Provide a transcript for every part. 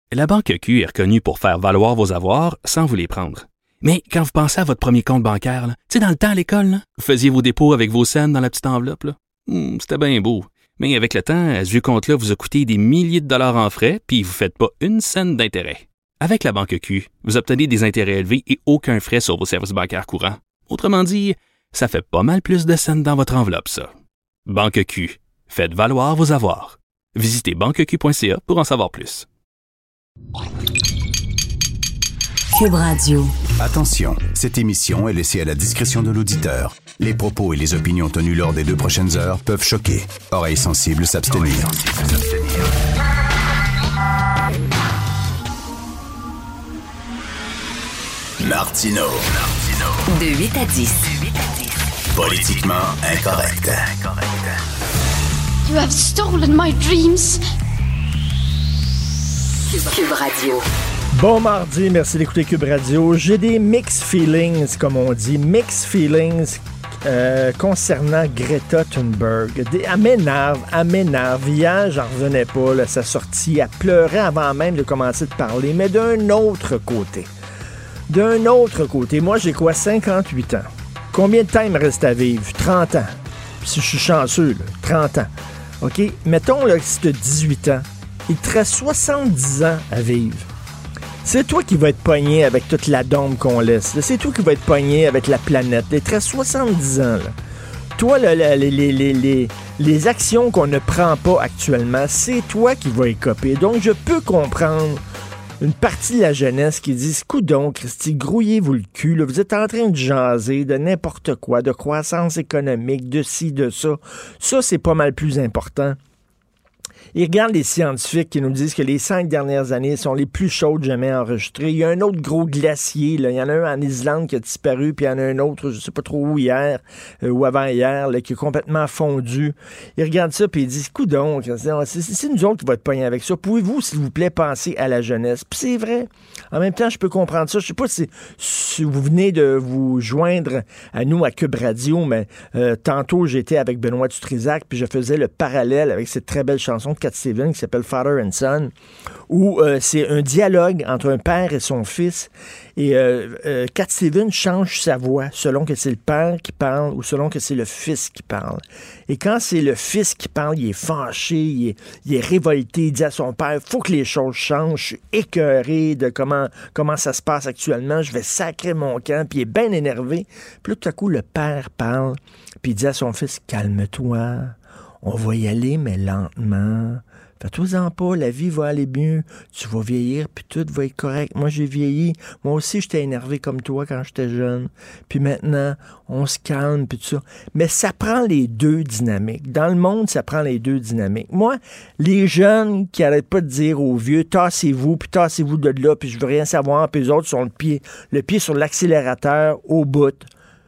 La Banque Q est reconnue pour faire valoir vos avoirs sans vous les prendre. Mais quand vous pensez à votre premier compte bancaire, tu sais, dans le temps à l'école, là, vous faisiez vos dépôts avec vos scènes dans la petite enveloppe. Là. C'était bien beau. Mais avec le temps, ce vieux compte-là vous a coûté des milliers de dollars en frais, puis vous ne faites pas une scène d'intérêt. Avec la Banque Q, vous obtenez des intérêts élevés et aucun frais sur vos services bancaires courants. Autrement dit, ça fait pas mal plus de scènes dans votre enveloppe, ça. Banque Q. Faites valoir vos avoirs. Visitez banqueq.ca pour en savoir plus. Cube Radio. Attention, cette émission est laissée à la discrétion de l'auditeur. Les propos et les opinions tenues lors des 2 prochaines heures peuvent choquer. Oreilles sensibles s'abstenir. Martino. De 8 à 10. Politiquement incorrect. You have stolen my dreams. Cube Radio. Bon mardi, merci d'écouter Cube Radio. J'ai des mixed feelings, comme on dit. Mixed feelings concernant Greta Thunberg. Elle m'énerve. Hier, j'en revenais pas, là, sa sortie. Elle pleurait avant même de commencer de parler. Mais d'un autre côté, moi, j'ai quoi, 58 ans. Combien de temps il me reste à vivre? 30 ans. Puis si je suis chanceux, là, 30 ans. OK? Mettons là, que si tu as 18 ans, il te reste 70 ans à vivre. C'est toi qui vas être pogné avec toute la dombe qu'on laisse. Là. C'est toi qui vas être pogné avec la planète. Il te reste 70 ans. Là. Toi, là, les actions qu'on ne prend pas actuellement, c'est toi qui vas écoper. Donc, je peux comprendre une partie de la jeunesse qui dit « Coudon, Christy, grouillez-vous le cul. Là, vous êtes en train de jaser de n'importe quoi, de croissance économique, de ci, de ça. Ça, c'est pas mal plus important. » Ils regardent les scientifiques qui nous disent que les 5 dernières années sont les plus chaudes jamais enregistrées. Il y a un autre gros glacier. Là. Il y en a un en Islande qui a disparu, puis il y en a un autre, je sais pas trop où hier, ou avant-hier, là, qui est complètement fondu. Ils regardent ça, puis ils disent « Coudon, c'est nous autres qui va être pognés avec ça. Pouvez-vous, s'il vous plaît, penser à la jeunesse? » Puis c'est vrai. En même temps, je peux comprendre ça. Je sais pas si vous venez de vous joindre à nous à Cube Radio, mais tantôt, j'étais avec Benoît Dutrisac, puis je faisais le parallèle avec cette très belle chanson de Cat Stevens qui s'appelle Father and Son, où c'est un dialogue entre un père et son fils. Et Cat Stevens change sa voix selon que c'est le père qui parle ou selon que c'est le fils qui parle. Et quand c'est le fils qui parle, il est fâché, il est révolté, il dit à son père, faut que les choses changent, je suis écœuré de comment ça se passe actuellement, je vais sacrer mon camp, puis il est bien énervé. Puis là, tout à coup, le père parle, puis il dit à son fils, calme-toi, on va y aller, mais lentement. Fais-toi-en pas, la vie va aller mieux. Tu vas vieillir, puis tout va être correct. Moi, j'ai vieilli. Moi aussi, j'étais énervé comme toi quand j'étais jeune. Puis maintenant, on se calme, puis tout ça. Mais ça prend les deux dynamiques. Dans le monde, ça prend les deux dynamiques. Moi, les jeunes qui n'arrêtent pas de dire aux vieux, tassez-vous, puis tassez-vous de là, puis je veux rien savoir, puis les autres sont le pied sur l'accélérateur au bout.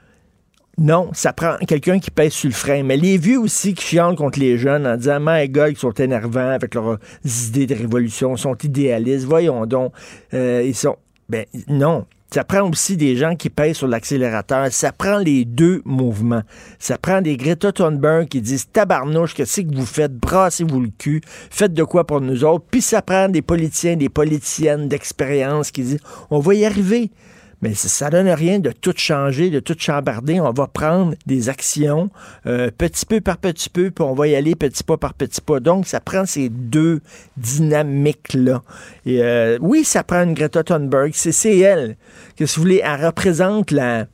Non, ça prend quelqu'un qui pèse sur le frein. Mais les vieux aussi qui chialent contre les jeunes en disant « My God, ils sont énervants avec leurs idées de révolution, ils sont idéalistes, voyons donc. Ils sont... » Ben non, ça prend aussi des gens qui pèsent sur l'accélérateur. Ça prend les deux mouvements. Ça prend des Greta Thunberg qui disent « Tabarnouche, qu'est-ce que vous faites? Brassez-vous le cul. Faites de quoi pour nous autres. » Puis ça prend des politiciens, des politiciennes d'expérience qui disent « On va y arriver. » Mais ça donne rien de tout changer, de tout chambarder. On va prendre des actions petit peu par petit peu, puis on va y aller petit pas par petit pas. Donc, ça prend ces deux dynamiques-là. Et oui, ça prend une Greta Thunberg. C'est elle. Que si vous voulez, elle représente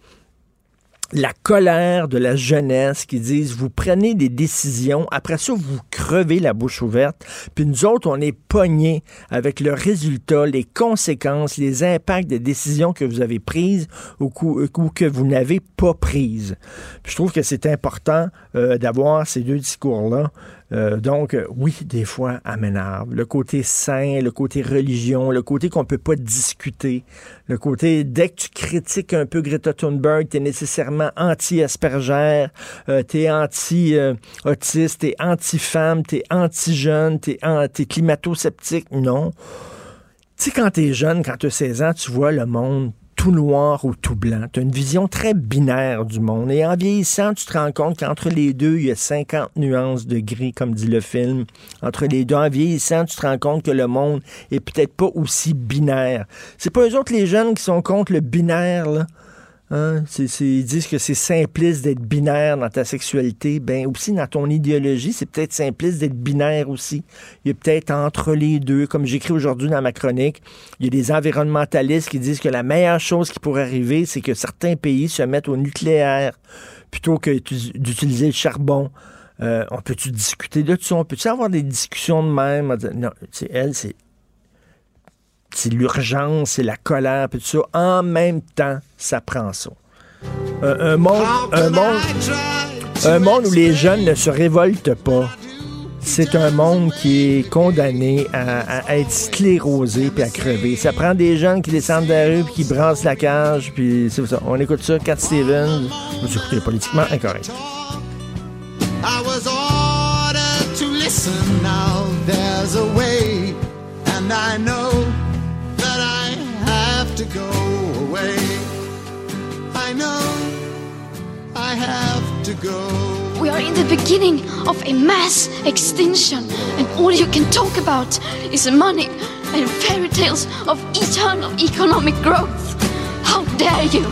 la colère de la jeunesse qui disent, vous prenez des décisions, après ça, vous crevez la bouche ouverte, puis nous autres, on est pognés avec le résultat, les conséquences, les impacts des décisions que vous avez prises ou que vous n'avez pas prises. Puis je trouve que c'est important d'avoir ces deux discours-là. Donc, oui, des fois, elle m'énerve. Le côté sain, le côté religion, le côté qu'on peut pas discuter, le côté, dès que tu critiques un peu Greta Thunberg, t'es nécessairement anti-Asperger, t'es anti-autiste, t'es anti-femme, t'es anti-jeune, t'es climato-sceptique. Non. Tu sais, quand t'es jeune, quand t'as 16 ans, tu vois le monde tout tout noir ou tout blanc. Tu as une vision très binaire du monde. Et en vieillissant, tu te rends compte qu'entre les deux, il y a 50 nuances de gris, comme dit le film. Entre les deux, en vieillissant, tu te rends compte que le monde est peut-être pas aussi binaire. C'est pas eux autres, les jeunes, qui sont contre le binaire, là. Hein? Ils disent que c'est simpliste d'être binaire dans ta sexualité. Ben aussi, dans ton idéologie, c'est peut-être simpliste d'être binaire aussi. Il y a peut-être entre les deux, comme j'écris aujourd'hui dans ma chronique, il y a des environnementalistes qui disent que la meilleure chose qui pourrait arriver, c'est que certains pays se mettent au nucléaire plutôt que d'utiliser le charbon. On peut-tu discuter de ça? On peut-tu avoir des discussions de même? Non, c'est l'urgence, c'est la colère, puis tout ça. En même temps, ça prend ça. Un monde où les jeunes ne se révoltent pas, c'est un monde qui est condamné à être sclérosé puis à crever. Ça prend des jeunes qui descendent de la rue puis qui brassent la cage, puis c'est ça. On écoute ça, Cat Stevens. Vous écoutez Politiquement Incorrect. I was ordered to listen. Now there's a way, and I know that I have to go away. I know I have to go. We are in the beginning of a mass extinction, and all you can talk about is money and fairy tales of eternal economic growth. How dare you?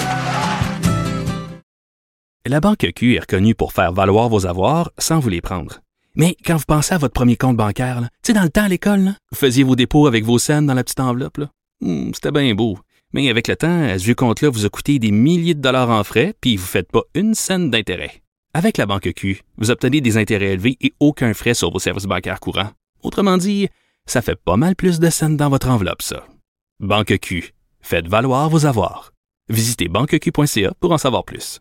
La Banque Q est reconnue pour faire valoir vos avoirs sans vous les prendre. Mais quand vous pensez à votre premier compte bancaire, tu sais, dans le temps à l'école, là, vous faisiez vos dépôts avec vos scènes dans la petite enveloppe. Là. C'était bien beau. Mais avec le temps, ce vieux compte-là vous a coûté des milliers de dollars en frais, puis vous ne faites pas une scène d'intérêt. Avec la Banque Q, vous obtenez des intérêts élevés et aucun frais sur vos services bancaires courants. Autrement dit, ça fait pas mal plus de scènes dans votre enveloppe, ça. Banque Q. Faites valoir vos avoirs. Visitez banqueq.ca pour en savoir plus.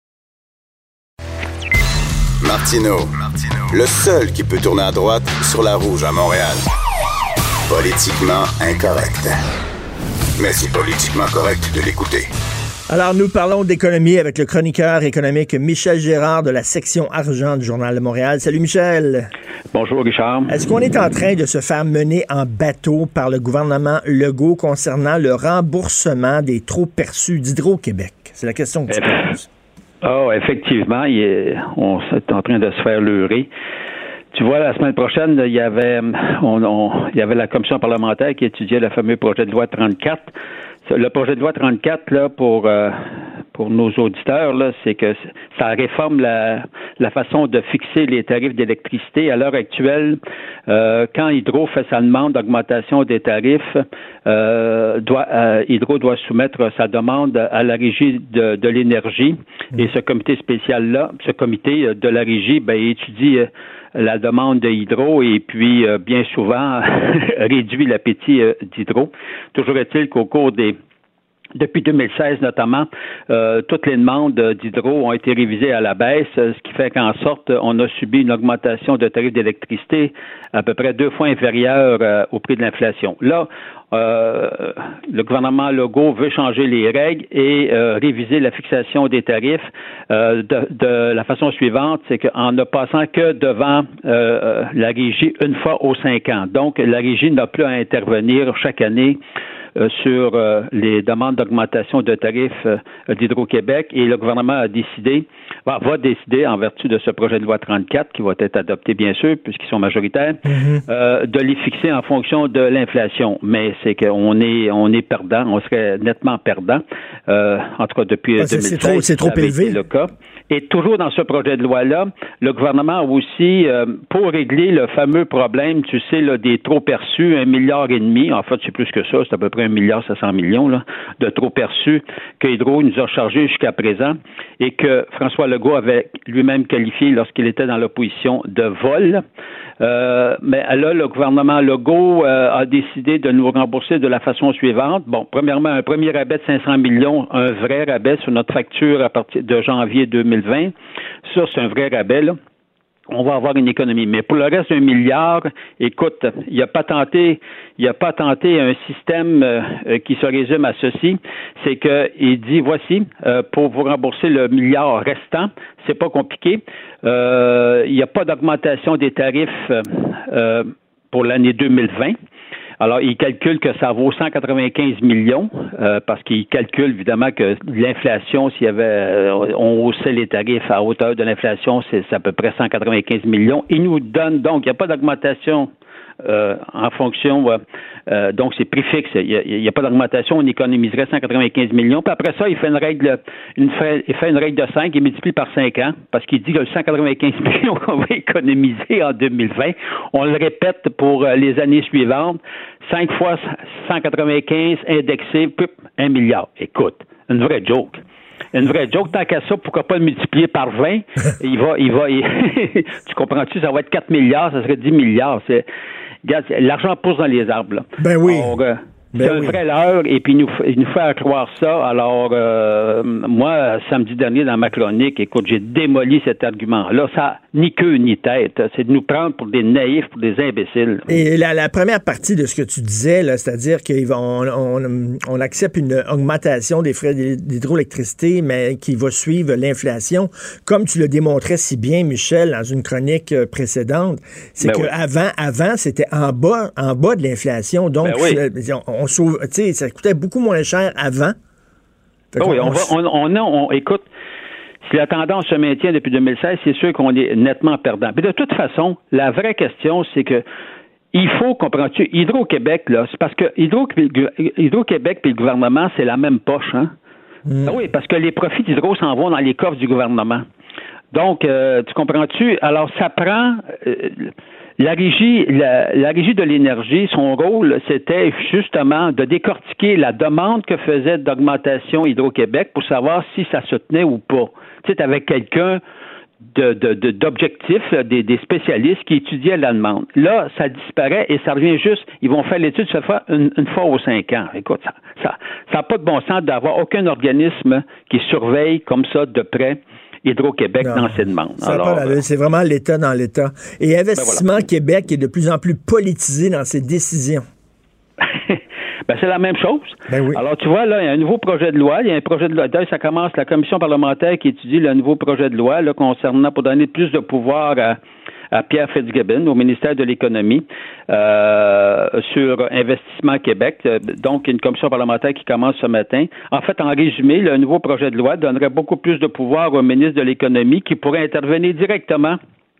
Martineau, le seul qui peut tourner à droite sur la rouge à Montréal. Politiquement incorrect. Mais c'est politiquement correct de l'écouter. Alors, nous parlons d'économie avec le chroniqueur économique Michel Gérard de la section argent du Journal de Montréal. Salut Michel. Bonjour Richard. Est-ce qu'on est en train de se faire mener en bateau par le gouvernement Legault concernant le remboursement des trop perçus d'Hydro-Québec? C'est la question que tu poses. Oh, effectivement, on est en train de se faire leurrer. Tu vois, la semaine prochaine, il y avait la commission parlementaire qui étudiait le fameux projet de loi 34. Le projet de loi 34, là, pour nos auditeurs, là, c'est que ça réforme la façon de fixer les tarifs d'électricité. À l'heure actuelle, quand Hydro fait sa demande d'augmentation des tarifs, Hydro doit soumettre sa demande à la Régie de l'énergie. Et ce comité spécial-là, ce comité de la Régie, étudie la demande de Hydro et puis bien souvent réduit l'appétit d'Hydro. Toujours est-il qu'au cours depuis 2016 notamment, toutes les demandes d'Hydro ont été révisées à la baisse, ce qui fait qu'en sorte, on a subi une augmentation de tarifs d'électricité à peu près 2 fois inférieure au prix de l'inflation. Là, le gouvernement Legault veut changer les règles et réviser la fixation des tarifs de la façon suivante, c'est qu'en ne passant que devant la Régie une fois aux 5 ans. Donc, la Régie n'a plus à intervenir chaque année sur les demandes d'augmentation de tarifs d'Hydro-Québec et le gouvernement va décider en vertu de ce projet de loi 34 qui va être adopté bien sûr puisqu'ils sont majoritaires de les fixer en fonction de l'inflation. Mais c'est qu'on est perdant, on serait nettement perdant en tout cas depuis 2016. C'est trop élevé. Le cas. Et toujours dans ce projet de loi-là, le gouvernement a aussi, pour régler le fameux problème, tu sais, là, des trop perçus, 1,5 milliard, en fait, c'est plus que ça, c'est à peu près 1,7 milliard là, de trop perçus que Hydro nous a chargés jusqu'à présent et que François Legault avait lui-même qualifié lorsqu'il était dans l'opposition de vol. Mais là, le gouvernement Legault a décidé de nous rembourser de la façon suivante. Bon, premièrement, un premier rabais de 500 millions, un vrai rabais sur notre facture à partir de janvier 2020. Ça, c'est un vrai rabais, là. On va avoir une économie. Mais pour le reste, 1 milliard, écoute, il a pas tenté un système qui se résume à ceci, c'est que il dit voici, pour vous rembourser le milliard restant, c'est pas compliqué. Il n'y a pas d'augmentation des tarifs pour l'année 2020. Alors, il calcule que ça vaut 195 millions, parce qu'il calcule évidemment que l'inflation, s'il y avait, on haussait les tarifs à hauteur de l'inflation, c'est à peu près 195 millions. Il nous donne donc, il n'y a pas d'augmentation en fonction, donc c'est prix fixe. Il n'y a pas d'augmentation, on économiserait 195 millions. Puis après ça, il fait une règle de 5, il multiplie par 5 ans, parce qu'il dit que le 195 millions qu'on va économiser en 2020, on le répète pour les années suivantes, 5 fois 195 indexé, 1 milliard. Écoute, une vraie joke. Une vraie joke, tant qu'à ça, pourquoi pas le multiplier par 20? Tu comprends-tu? Ça va être 4 milliards, ça serait 10 milliards. Regarde, l'argent pousse dans les arbres, là. Ben oui. Alors, c'est un vrai leurre, et puis il nous fait croire ça. Alors, moi, samedi dernier, dans ma chronique, écoute, j'ai démoli cet argument-là. Ça n'a ni queue ni tête. C'est de nous prendre pour des naïfs, pour des imbéciles. Et la première partie de ce que tu disais, là, c'est-à-dire qu'on accepte une augmentation des frais d'hydroélectricité, mais qui va suivre l'inflation, comme tu le démontrais si bien, Michel, dans une chronique précédente, c'est qu'avant, c'était en bas de l'inflation. Donc, on sauve, tu sais, ça coûtait beaucoup moins cher avant. Oui, écoute, si la tendance se maintient depuis 2016, c'est sûr qu'on est nettement perdant. Puis de toute façon, la vraie question, c'est que il faut, comprends-tu, Hydro-Québec, là, c'est parce que Hydro-Québec puis le gouvernement, c'est la même poche, hein? Oui, parce que les profits d'Hydro s'en vont dans les coffres du gouvernement. Donc, tu comprends-tu? Alors, ça prend... La régie de l'énergie, son rôle, c'était justement de décortiquer la demande que faisait d'augmentation Hydro-Québec pour savoir si ça se tenait ou pas. Tu sais, avec quelqu'un d'objectif, des spécialistes qui étudiaient la demande. Là, ça disparaît et ça revient juste, ils vont faire l'étude cette fois une fois aux 5 ans. Écoute, ça n'a pas de bon sens d'avoir aucun organisme qui surveille comme ça de près Hydro-Québec dans ses demandes. C'est vraiment l'État dans l'État. Et Investissement Québec est de plus en plus politisé dans ses décisions. C'est la même chose. Ben oui. Alors, tu vois, là, il y a un nouveau projet de loi. Il y a un projet de loi. D'ailleurs, ça commence la commission parlementaire qui étudie le nouveau projet de loi là, concernant pour donner plus de pouvoir à Pierre Fitzgibbon, au ministère de l'Économie, sur Investissement Québec. Donc, une commission parlementaire qui commence ce matin. En fait, en résumé, le nouveau projet de loi donnerait beaucoup plus de pouvoir au ministre de l'Économie qui pourrait intervenir directement.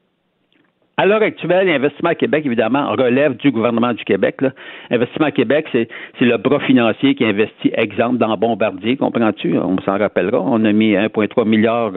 À l'heure actuelle, Investissement Québec, évidemment, relève du gouvernement du Québec. Là. Investissement Québec, c'est le bras financier qui investit, exemple, dans Bombardier, comprends-tu? On s'en rappellera. On a mis 1,3 milliard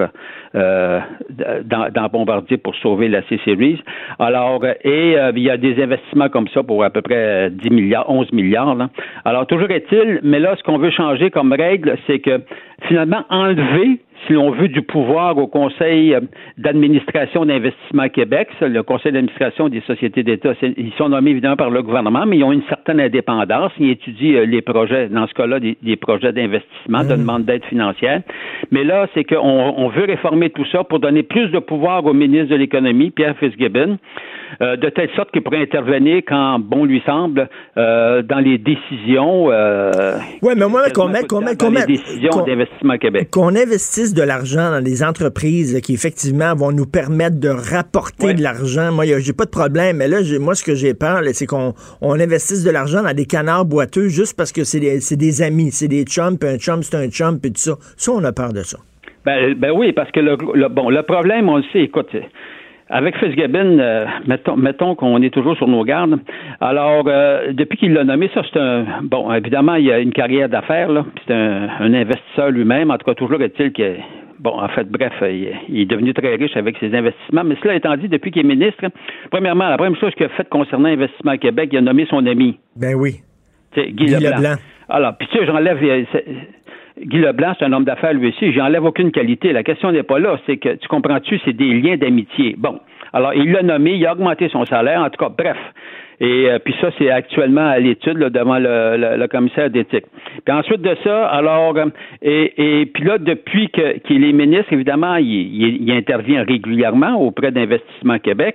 dans Bombardier pour sauver la C-Series. Alors, il y a des investissements comme ça pour à peu près 10 milliards, 11 milliards. Là. Alors, toujours est-il, mais là, ce qu'on veut changer comme règle, c'est que, finalement, enlever, si l'on veut, du pouvoir au Conseil d'administration d'Investissement Québec, ça, le Conseil d'administration des sociétés d'État, ils sont nommés évidemment par le gouvernement, mais ils ont une certaine indépendance. Ils étudient les projets, dans ce cas-là, des projets d'investissement, de demande d'aide financière. Mais là, c'est qu'on veut réformer tout ça pour donner plus de pouvoir au ministre de l'Économie, Pierre Fitzgibbon, de telle sorte qu'il pourrait intervenir quand bon lui semble dans les décisions. Oui, mais moi, les décisions d'Investissement Québec. Qu'on investisse de l'argent dans des entreprises qui, effectivement, vont nous permettre de rapporter de l'argent. Moi, j'ai pas de problème, mais là, moi, ce que j'ai peur, là, c'est qu'on investisse de l'argent dans des canards boiteux juste parce que c'est des amis, c'est des chums, puis un chum, c'est un chum, puis tout ça. Ça, on a peur de ça. Ben oui, parce que le problème, on le sait, écoute, avec Fitzgibbon, mettons qu'on est toujours sur nos gardes. Alors, depuis qu'il l'a nommé, ça, c'est évidemment, il a une carrière d'affaires, là. C'est un investisseur lui-même. En tout cas, toujours est-il que, il est devenu très riche avec ses investissements. Mais cela étant dit, depuis qu'il est ministre, premièrement, la première chose qu'il a faite concernant Investissement Québec, il a nommé son ami. Ben oui. Guy Leblanc. Alors, puis tu sais, Guy Leblanc, c'est un homme d'affaires lui aussi, j'enlève aucune qualité. La question n'est pas là, c'est que, tu comprends-tu, c'est des liens d'amitié. Bon, alors il l'a nommé, il a augmenté son salaire, en tout cas, bref. Et puis ça, c'est actuellement à l'étude là, devant le commissaire d'éthique. Puis ensuite de ça, alors, et puis là, depuis qu'il est ministre, évidemment, il intervient régulièrement auprès d'Investissement Québec.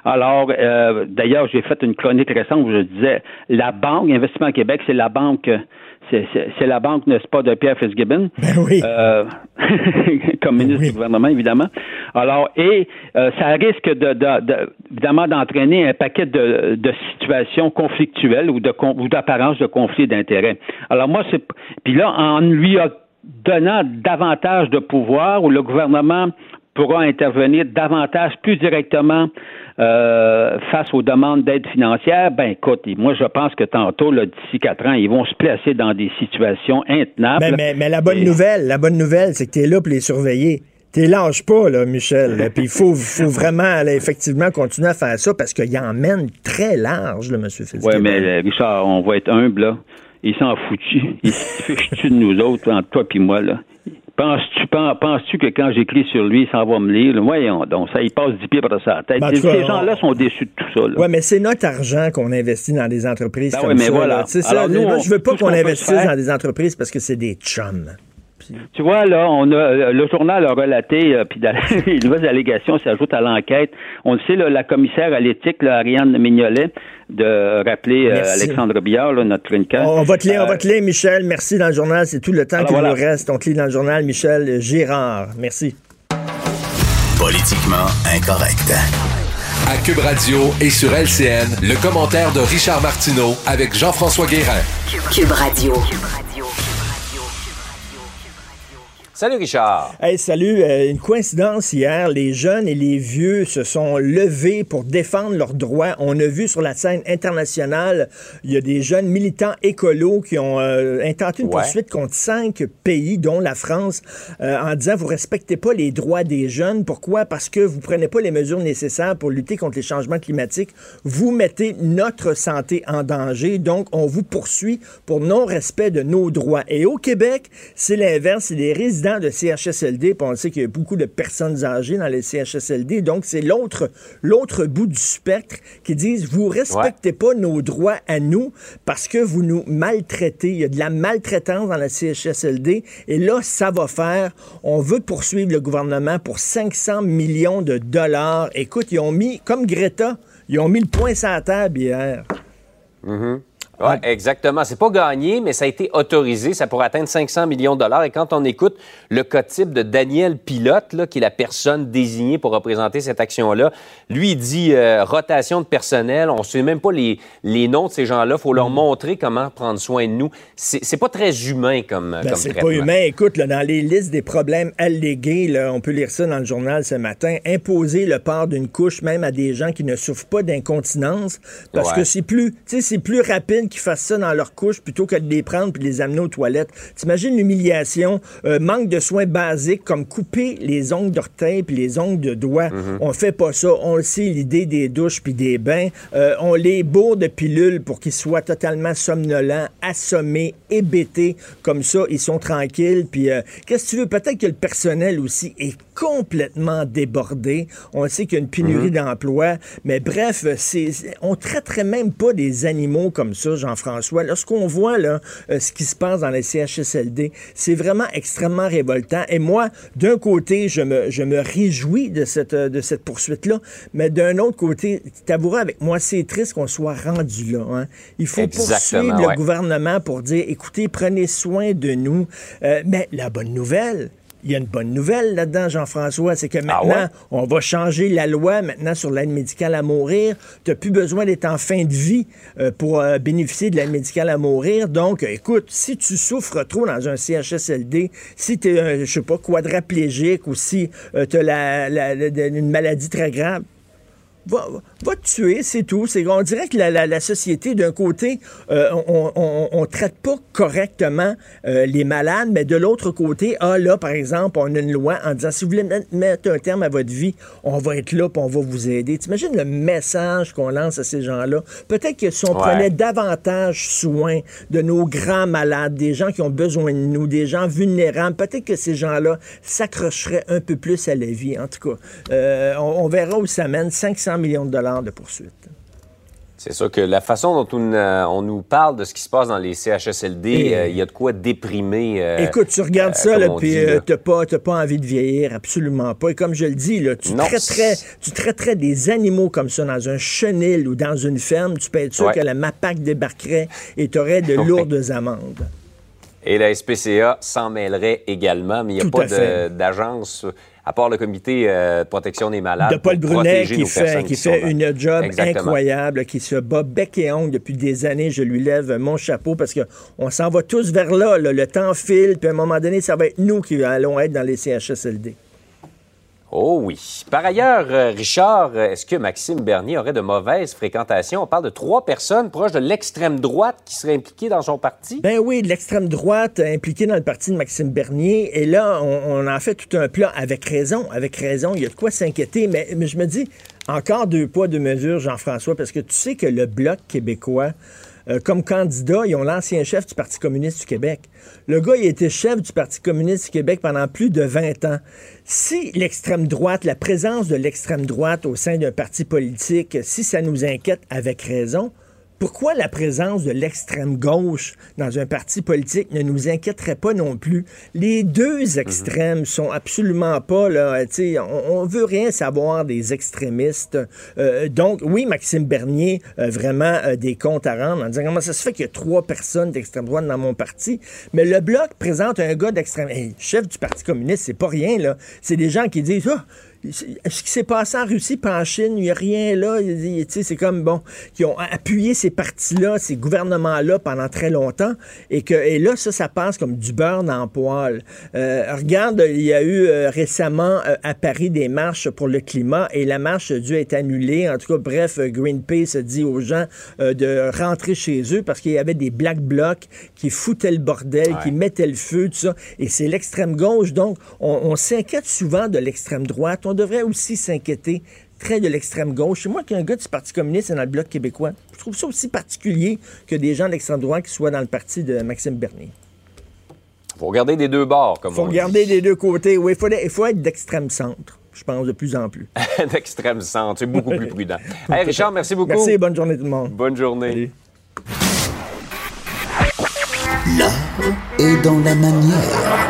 Alors, d'ailleurs, j'ai fait une chronique récente où je disais, la banque, Investissement Québec, c'est la banque... C'est la banque, n'est-ce pas, de Pierre Fitzgibbon, ben oui. Comme ministre du gouvernement, évidemment. Alors, ça risque évidemment d'entraîner un paquet de situations conflictuelles ou d'apparence de conflit d'intérêts. Alors moi, puis là, en lui donnant davantage de pouvoir, où le gouvernement pourra intervenir davantage, plus directement face aux demandes d'aide financière, ben écoute, moi je pense que tantôt, là, d'ici 4 ans, ils vont se placer dans des situations intenables. Mais la bonne nouvelle, c'est que tu es là pour les surveiller. T'es lâche pas, là, Michel. Puis il faut vraiment, là, effectivement, continuer à faire ça parce qu'il emmène très large, là, M. Fitzgibbon. Oui, mais Richard, on va être humble, là. Il s'en fout-tu? Il se fiche-tu de nous autres, entre toi et moi, là? Penses-tu que quand j'écris sur lui, il s'en va me lire? Là? Voyons donc, ça, il passe 10 pieds par sa tête. Ces gens-là sont déçus de tout ça. Oui, mais c'est notre argent qu'on investit dans des entreprises comme mais ça. Voilà. C'est ça. Moi, je veux pas qu'on investisse dans des entreprises parce que c'est des chums. Tu vois, là, le journal a relaté, puis les nouvelles allégations s'ajoutent à l'enquête. On le sait, là, la commissaire à l'éthique, là, Ariane Mignolet, de rappeler Alexandre Billard, là, notre chroniqueur. On va te lire, Michel. Merci dans le journal. C'est tout le temps qu'il nous reste. On te lit dans le journal, Michel Girard. Merci. Politiquement incorrect. À Cube Radio et sur LCN, le commentaire de Richard Martineau avec Jean-François Guérin. Cube Radio. Salut Richard. Hey, salut. Une coïncidence hier, les jeunes et les vieux se sont levés pour défendre leurs droits. On a vu sur la scène internationale, il y a des jeunes militants écolos qui ont intenté une poursuite contre 5 pays, dont la France, en disant vous respectez pas les droits des jeunes. Pourquoi? Parce que vous prenez pas les mesures nécessaires pour lutter contre les changements climatiques. Vous mettez notre santé en danger. Donc, on vous poursuit pour non-respect de nos droits. Et au Québec, c'est l'inverse. C'est des résidents de CHSLD, puis on sait qu'il y a beaucoup de personnes âgées dans les CHSLD, donc c'est l'autre bout du spectre qui disent, vous respectez pas nos droits à nous parce que vous nous maltraitez. Il y a de la maltraitance dans la CHSLD, et là, ça va faire. On veut poursuivre le gouvernement pour 500 millions de dollars. Écoute, ils ont mis, comme Greta, ils ont mis le poing sur la table hier. Mm-hmm. Oui, exactement. C'est pas gagné, mais ça a été autorisé. Ça pourrait atteindre 500 millions de dollars. Et quand on écoute le cas type de Daniel Pilote, là, qui est la personne désignée pour représenter cette action-là, lui, il dit rotation de personnel. On ne sait même pas les noms de ces gens-là. Il faut leur montrer comment prendre soin de nous. C'est pas très humain comme c'est traitement. pas humain. Écoute, là, dans les listes des problèmes allégués, là, on peut lire ça dans le journal ce matin, imposer le port d'une couche même à des gens qui ne souffrent pas d'incontinence parce que c'est plus rapide qu'ils fassent ça dans leur couche plutôt que de les prendre puis de les amener aux toilettes. T'imagines l'humiliation, manque de soins basiques comme couper les ongles d'orteil puis les ongles de doigts. On fait pas ça. On le sait, l'idée des douches puis des bains. On les bourre de pilules pour qu'ils soient totalement somnolents, assommés, hébétés. Comme ça, ils sont tranquilles. Puis qu'est-ce que tu veux? Peut-être que le personnel aussi est complètement débordé. On sait qu'il y a une pénurie d'emplois. Mais bref, on traiterait même pas des animaux comme ça, Jean-François. Lorsqu'on voit là, ce qui se passe dans les CHSLD, c'est vraiment extrêmement révoltant. Et moi, d'un côté, je me réjouis de cette poursuite-là, mais d'un autre côté, t'avoueras avec moi, c'est triste qu'on soit rendu là. Hein. Il faut poursuivre le gouvernement pour dire, écoutez, prenez soin de nous. Mais la bonne nouvelle, il y a une bonne nouvelle là-dedans, Jean-François, c'est que maintenant, on va changer la loi maintenant sur l'aide médicale à mourir. Tu n'as plus besoin d'être en fin de vie pour bénéficier de l'aide médicale à mourir. Donc, écoute, si tu souffres trop dans un CHSLD, si tu es, je sais pas, quadraplégique ou si tu as une maladie très grave, va te tuer, c'est tout. On dirait que la société, d'un côté, on traite pas correctement les malades, mais de l'autre côté, là, par exemple, on a une loi en disant, si vous voulez mettre un terme à votre vie, on va être là, puis on va vous aider. T'imagines le message qu'on lance à ces gens-là? Peut-être que si on prenait davantage soin de nos grands malades, des gens qui ont besoin de nous, des gens vulnérables, peut-être que ces gens-là s'accrocheraient un peu plus à la vie. En tout cas, on verra où ça mène. 500 millions de dollars de poursuite. C'est sûr que la façon dont on nous parle de ce qui se passe dans les CHSLD, il y a de quoi déprimer. Écoute, tu regardes ça, puis t'as pas envie de vieillir, absolument pas. Et comme je le dis, là, tu traiterais des animaux comme ça dans un chenil ou dans une ferme, tu peux être sûr que la MAPAC débarquerait et tu aurais de lourdes amendes. Et la SPCA s'en mêlerait également, mais il n'y a pas d'agence... à part le comité de protection des malades. De Paul Brunet qui fait une job incroyable, qui se bat bec et ongle depuis des années. Je lui lève mon chapeau parce qu'on s'en va tous vers là. Le temps file, puis à un moment donné, ça va être nous qui allons être dans les CHSLD. Oh oui. Par ailleurs, Richard, est-ce que Maxime Bernier aurait de mauvaises fréquentations? On parle de 3 personnes proches de l'extrême droite qui seraient impliquées dans son parti. Ben oui, de l'extrême droite impliquée dans le parti de Maxime Bernier. Et là, on en fait tout un plat avec raison. Avec raison, il y a de quoi s'inquiéter. Mais je me dis, encore 2 poids, 2 mesures, Jean-François, parce que tu sais que le Bloc québécois, comme candidat, ils ont l'ancien chef du Parti communiste du Québec. Le gars, il a été chef du Parti communiste du Québec pendant plus de 20 ans. Si l'extrême droite, la présence de l'extrême droite au sein d'un parti politique, si ça nous inquiète avec raison, pourquoi la présence de l'extrême gauche dans un parti politique ne nous inquiéterait pas non plus? Les 2 extrêmes sont absolument pas, là, on veut rien savoir des extrémistes. Donc, oui, Maxime Bernier, vraiment des comptes à rendre en disant comment ça se fait qu'il y a 3 personnes d'extrême droite dans mon parti. Mais le Bloc présente un gars d'extrême... Hey, chef du Parti communiste, c'est pas rien, là. C'est des gens qui disent... ce qui s'est passé en Russie pas en Chine, il n'y a rien là. C'est comme, bon, qui ont appuyé ces partis-là, ces gouvernements-là pendant très longtemps. Et là, ça passe comme du beurre dans le poêle. Regarde, il y a eu récemment à Paris des marches pour le climat et la marche a dû être annulée. En tout cas, bref, Greenpeace a dit aux gens de rentrer chez eux parce qu'il y avait des black blocs qui foutaient le bordel, qui mettaient le feu, tout ça. Et c'est l'extrême gauche. Donc, on s'inquiète souvent de l'extrême droite. On devrait aussi s'inquiéter très de l'extrême gauche. C'est moi qui est un gars du Parti communiste et dans le Bloc québécois. Je trouve ça aussi particulier que des gens de l'extrême droite qui soient dans le parti de Maxime Bernier. Il faut regarder des 2 bords, comme on dit. Il faut regarder des 2 côtés. Oui, il faut être d'extrême centre, je pense, de plus en plus. D'extrême centre, c'est beaucoup plus prudent. Hey, Richard, merci beaucoup. Merci, bonne journée tout le monde. Bonne journée. Salut. L'art est dans la manière.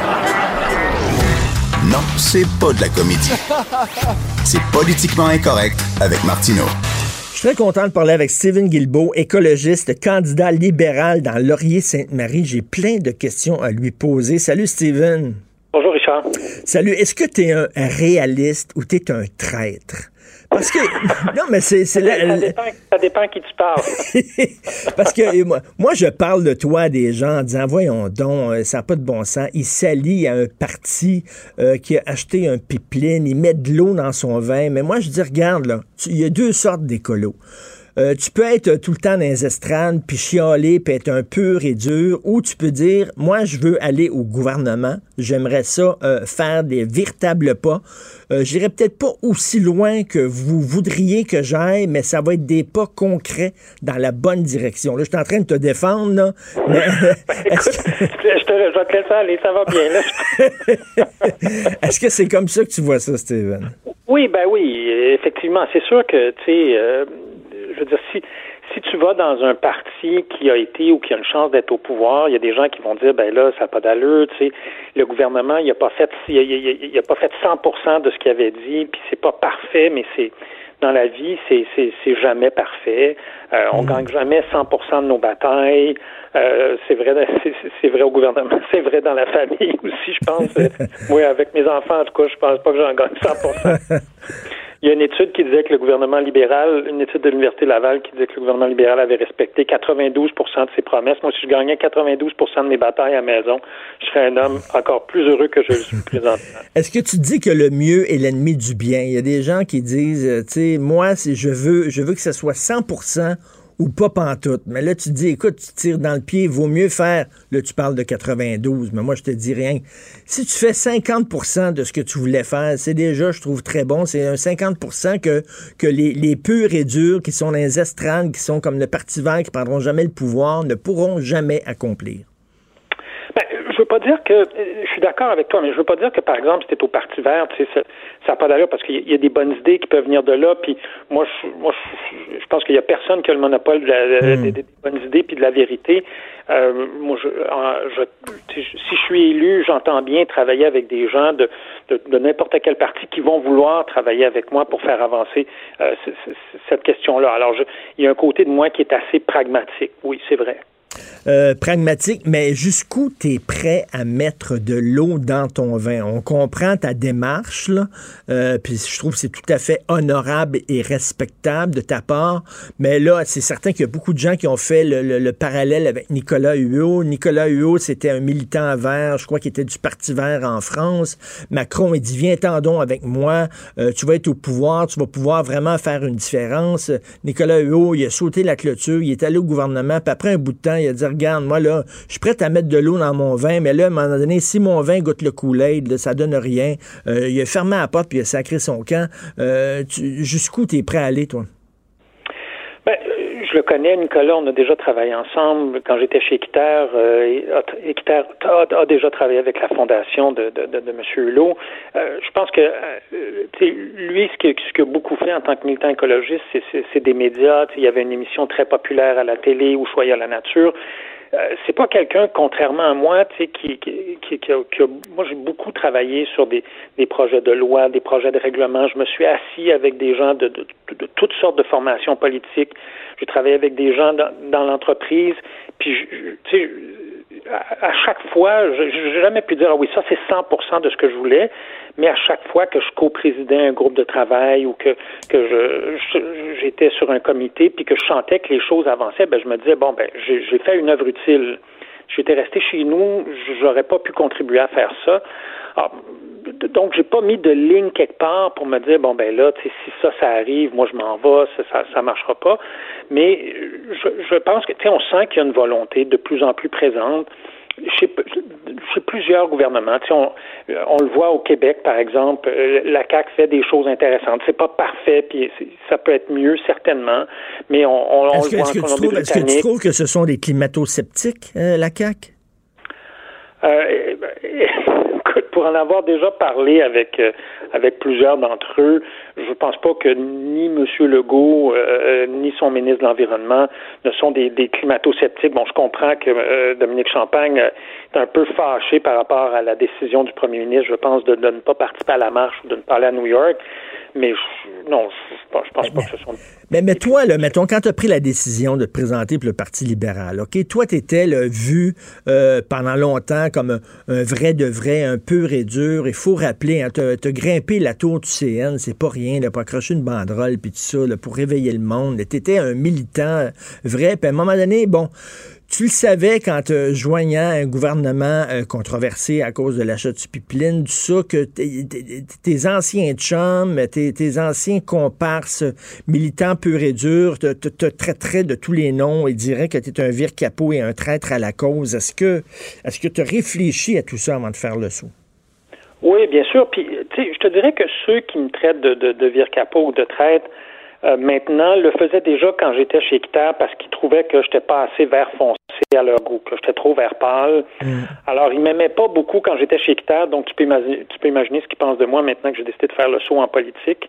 Non, c'est pas de la comédie. C'est Politiquement incorrect avec Martineau. Je suis très content de parler avec Stephen Guilbeault, écologiste, candidat libéral dans Laurier-Sainte-Marie. J'ai plein de questions à lui poser. Salut, Stephen. Bonjour, Richard. Salut. Est-ce que tu es un réaliste ou tu es un traître? Parce que... Non, mais c'est ça dépend à qui tu parles. Parce que moi, je parle de toi à des gens en disant, voyons donc, ça n'a pas de bon sens. Il s'allie à un parti qui a acheté un pipeline, il met de l'eau dans son vin. Mais moi, je dis, regarde, là, il y a 2 sortes d'écolos. Tu peux être tout le temps dans les estrades, puis chialer, puis être un pur et dur, ou tu peux dire, moi, je veux aller au gouvernement, j'aimerais ça faire des véritables pas. J'irai peut-être pas aussi loin que vous voudriez que j'aille, mais ça va être des pas concrets dans la bonne direction. Là, je suis en train de te défendre, là. Mais, je vais te laisser aller, ça va bien, là. Est-ce que c'est comme ça que tu vois ça, Stephen? Oui, effectivement. C'est sûr que, tu sais, je veux dire, si tu vas dans un parti qui a été ou qui a une chance d'être au pouvoir, il y a des gens qui vont dire, ben là, ça n'a pas d'allure, tu sais, le gouvernement, il a pas fait 100% de ce qu'il avait dit, puis c'est pas parfait, mais c'est dans la vie, c'est jamais parfait. On gagne jamais 100% de nos batailles. C'est vrai au gouvernement, c'est vrai dans la famille aussi, je pense. Moi, avec mes enfants, en tout cas, je pense pas que j'en gagne 100%. Il y a une étude qui disait que le gouvernement libéral, une étude de l'Université Laval qui disait que le gouvernement libéral avait respecté 92% de ses promesses. Moi, si je gagnais 92% de mes batailles à la maison, je serais un homme encore plus heureux que je le suis présentement. Est-ce que tu dis que le mieux est l'ennemi du bien? Il y a des gens qui disent, tu sais, moi, je veux que ce soit 100% ou pas pantoute. Mais là, tu te dis, écoute, tu tires dans le pied, il vaut mieux faire, là, tu parles de 92, mais moi, je te dis rien. Si tu fais 50% de ce que tu voulais faire, c'est déjà, je trouve, très bon. C'est un 50% que les purs et durs, qui sont dans les estrades, qui sont comme le Parti vert, qui prendront jamais le pouvoir, ne pourront jamais accomplir. Ben, je veux pas dire que je suis d'accord avec toi, mais je veux pas dire que, par exemple, si t'es au Parti vert, tu sais, ça n'a pas d'allure parce qu'il y a des bonnes idées qui peuvent venir de là. Puis moi, je pense qu'il y a personne qui a le monopole des bonnes idées puis de la vérité. Si je suis élu, j'entends bien travailler avec des gens de n'importe quel parti qui vont vouloir travailler avec moi pour faire avancer cette question-là. Alors, il y a un côté de moi qui est assez pragmatique. Oui, c'est vrai. Pragmatique, mais jusqu'où tu es prêt à mettre de l'eau dans ton vin? On comprend ta démarche, là, puis je trouve que c'est tout à fait honorable et respectable de ta part, mais là, c'est certain qu'il y a beaucoup de gens qui ont fait le parallèle avec Nicolas Hulot. Nicolas Hulot, c'était un militant vert, je crois qu'il était du Parti vert en France. Macron, il dit, viens-t'en donc avec moi, tu vas être au pouvoir, tu vas pouvoir vraiment faire une différence. Nicolas Hulot, il a sauté la clôture, il est allé au gouvernement, puis après un bout de temps, il a dit, regarde, moi, là, je suis prêt à mettre de l'eau dans mon vin, mais là, à un moment donné, si mon vin goûte le Kool-Aid, là, ça donne rien. Il a fermé la porte puis il a sacré son camp. Jusqu'où tu es prêt à aller, toi? Ben, je le connais, Nicolas, on a déjà travaillé ensemble. Quand j'étais chez Équiterre, Équiterre a déjà travaillé avec la fondation de M. Hulot. Je pense que lui, ce qu'il a beaucoup fait en tant que militant écologiste, c'est des médias. Il y avait une émission très populaire à la télé, Où choisir la nature. C'est pas quelqu'un, contrairement à moi, qui a, moi j'ai beaucoup travaillé sur des projets de loi, des projets de règlement. Je me suis assis avec des gens de toutes sortes de formations politiques. J'ai travaillé avec des gens dans l'entreprise. Puis, à chaque fois, j'ai jamais pu dire, ah oui, ça c'est 100% de ce que je voulais. Mais à chaque fois que je co-présidais un groupe de travail ou que j'étais sur un comité puis que je sentais que les choses avançaient, ben je me disais, bon, ben j'ai fait une œuvre utile. J'étais resté chez nous, j'aurais pas pu contribuer à faire ça. Alors, donc, j'ai pas mis de ligne quelque part pour me dire, bon, ben là, si ça arrive, moi je m'en vais, ça marchera pas. Mais je pense que, on sent qu'il y a une volonté de plus en plus présente. Chez plusieurs gouvernements, on le voit au Québec, par exemple, la CAQ fait des choses intéressantes. C'est pas parfait, puis ça peut être mieux, certainement, mais on le voit en Colombie-Britannique. Est-ce que tu trouves que ce sont des climato-sceptiques, la CAQ? Pour en avoir déjà parlé avec plusieurs d'entre eux, je pense pas que ni M. Legault ni son ministre de l'Environnement ne sont des climato-sceptiques. Bon, je comprends que Dominique Champagne est un peu fâché par rapport à la décision du premier ministre, je pense, de ne pas participer à la marche ou de ne pas aller à New York. Mais je pense pas que ce soit... Mais toi, là, mettons, quand tu as pris la décision de te présenter pour le Parti libéral, OK, toi, tu étais vu pendant longtemps comme un vrai de vrai, un pur et dur. Il faut rappeler, hein, t'as grimpé la tour du CN, c'est pas rien, là, pour accrocher une banderole puis tout ça, là, pour réveiller le monde. Tu étais un militant vrai. Puis à un moment donné, bon... Tu le savais quand joignant un gouvernement controversé à cause de l'achat du pipeline, tout ça, que tes anciens chums, tes anciens comparses militants purs et durs te traiteraient de tous les noms et diraient que tu es un vire-capot et un traître à la cause. Est-ce que tu as réfléchi à tout ça avant de faire le saut? Oui, bien sûr. Puis, tu sais, je te dirais que ceux qui me traitent de vire-capot ou de traître, maintenant, le faisaient déjà quand j'étais chez Équiterre parce qu'ils trouvaient que j'étais pas assez vert foncé à leur goût, que j'étais trop vert pâle. Alors, ils m'aimaient pas beaucoup quand j'étais chez Équiterre, donc tu peux imaginer ce qu'ils pensent de moi maintenant que j'ai décidé de faire le saut en politique.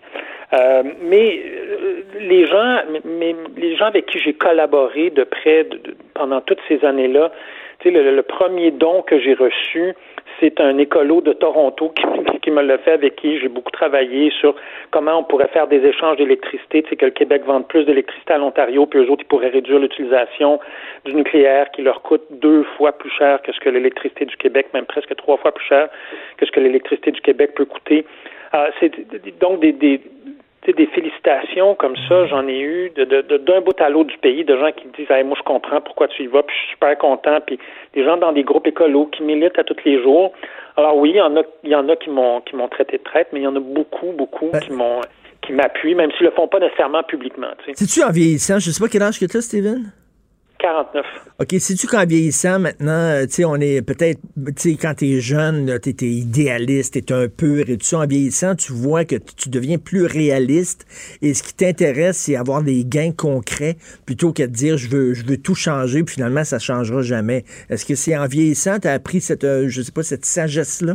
Mais les gens avec qui j'ai collaboré de près pendant toutes ces années-là, tu sais, le premier don que j'ai reçu, c'est un écolo de Toronto qui me l'a fait, avec qui j'ai beaucoup travaillé sur comment on pourrait faire des échanges d'électricité, tu sais, que le Québec vende plus d'électricité à l'Ontario, puis eux autres, ils pourraient réduire l'utilisation du nucléaire qui leur coûte 2 fois plus cher que ce que l'électricité du Québec, même presque 3 fois plus cher que ce que l'électricité du Québec peut coûter. C'est donc des félicitations comme ça, j'en ai eu d'un bout à l'autre du pays, de gens qui me disent hey, moi je comprends pourquoi tu y vas, puis je suis super content, puis des gens dans des groupes écolos qui militent à tous les jours. Alors oui, il y en a qui m'ont traité de traître, mais il y en a beaucoup qui m'appuient, même s'ils le font pas nécessairement publiquement. Tu sais. C'est-tu en vieillissant? Je sais pas quel âge que tu as, Steven? 49. OK, sais-tu qu'en vieillissant maintenant, tu sais, on est peut-être, tu sais, quand t'es jeune, t'es idéaliste, t'es un pur et tout ça, en vieillissant, tu vois que tu deviens plus réaliste et ce qui t'intéresse, c'est avoir des gains concrets plutôt que de dire je veux tout changer puis finalement ça changera jamais. Est-ce que c'est en vieillissant, t'as appris cette sagesse-là?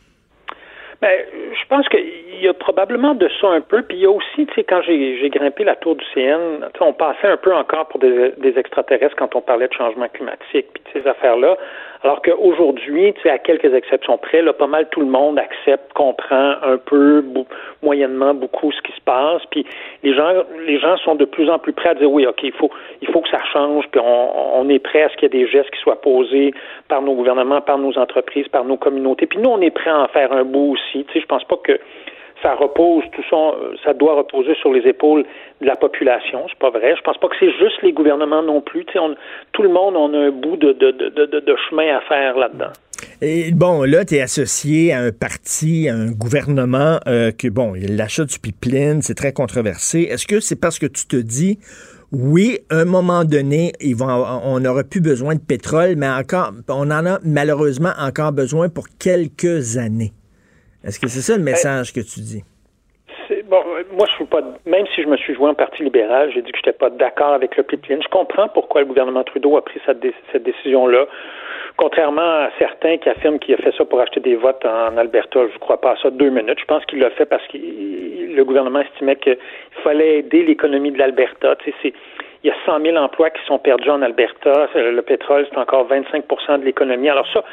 Ben, je pense qu'il y a probablement de ça un peu. Puis il y a aussi, tu sais, quand j'ai grimpé la tour du CN, on passait un peu encore pour des extraterrestres quand on parlait de changement climatique, puis de ces affaires-là. Alors qu'aujourd'hui, tu sais, à quelques exceptions près, là, pas mal tout le monde accepte, comprend un peu, moyennement, beaucoup ce qui se passe. Puis les gens sont de plus en plus prêts à dire oui, OK, il faut que ça change. Puis on est prêt à ce qu'il y ait des gestes qui soient posés par nos gouvernements, par nos entreprises, par nos communautés. Puis nous, on est prêt à en faire un bout aussi. Tu sais, je pense pas que ça repose, tout ça, ça doit reposer sur les épaules de la population. C'est pas vrai. Je pense pas que c'est juste les gouvernements non plus. Tu sais, tout le monde, on a un bout de chemin à faire là-dedans. Et bon, là, tu es associé à un parti, à un gouvernement que, bon, l'achat du pipeline, c'est très controversé. Est-ce que c'est parce que tu te dis, oui, à un moment donné, on n'aura plus besoin de pétrole, mais encore, on en a malheureusement encore besoin pour quelques années? Est-ce que c'est ça le message que tu dis? Bon, moi, je suis pas. Même si je me suis joint au Parti libéral, j'ai dit que je n'étais pas d'accord avec le pipeline. Je comprends pourquoi le gouvernement Trudeau a pris cette décision-là. Contrairement à certains qui affirment qu'il a fait ça pour acheter des votes en Alberta, je ne crois pas à ça 2 minutes. Je pense qu'il l'a fait parce que le gouvernement estimait qu'il fallait aider l'économie de l'Alberta. Tu sais, il y a 100 000 emplois qui sont perdus en Alberta. Le pétrole, c'est encore 25% de l'économie. Alors ça,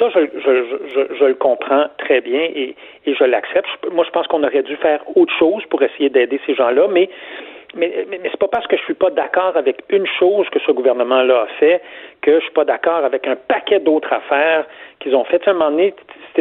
je le comprends très bien et je l'accepte. Moi, je pense qu'on aurait dû faire autre chose pour essayer d'aider ces gens-là, mais c'est pas parce que je suis pas d'accord avec une chose que ce gouvernement-là a fait que je suis pas d'accord avec un paquet d'autres affaires qu'ils ont fait. À un moment donné, tu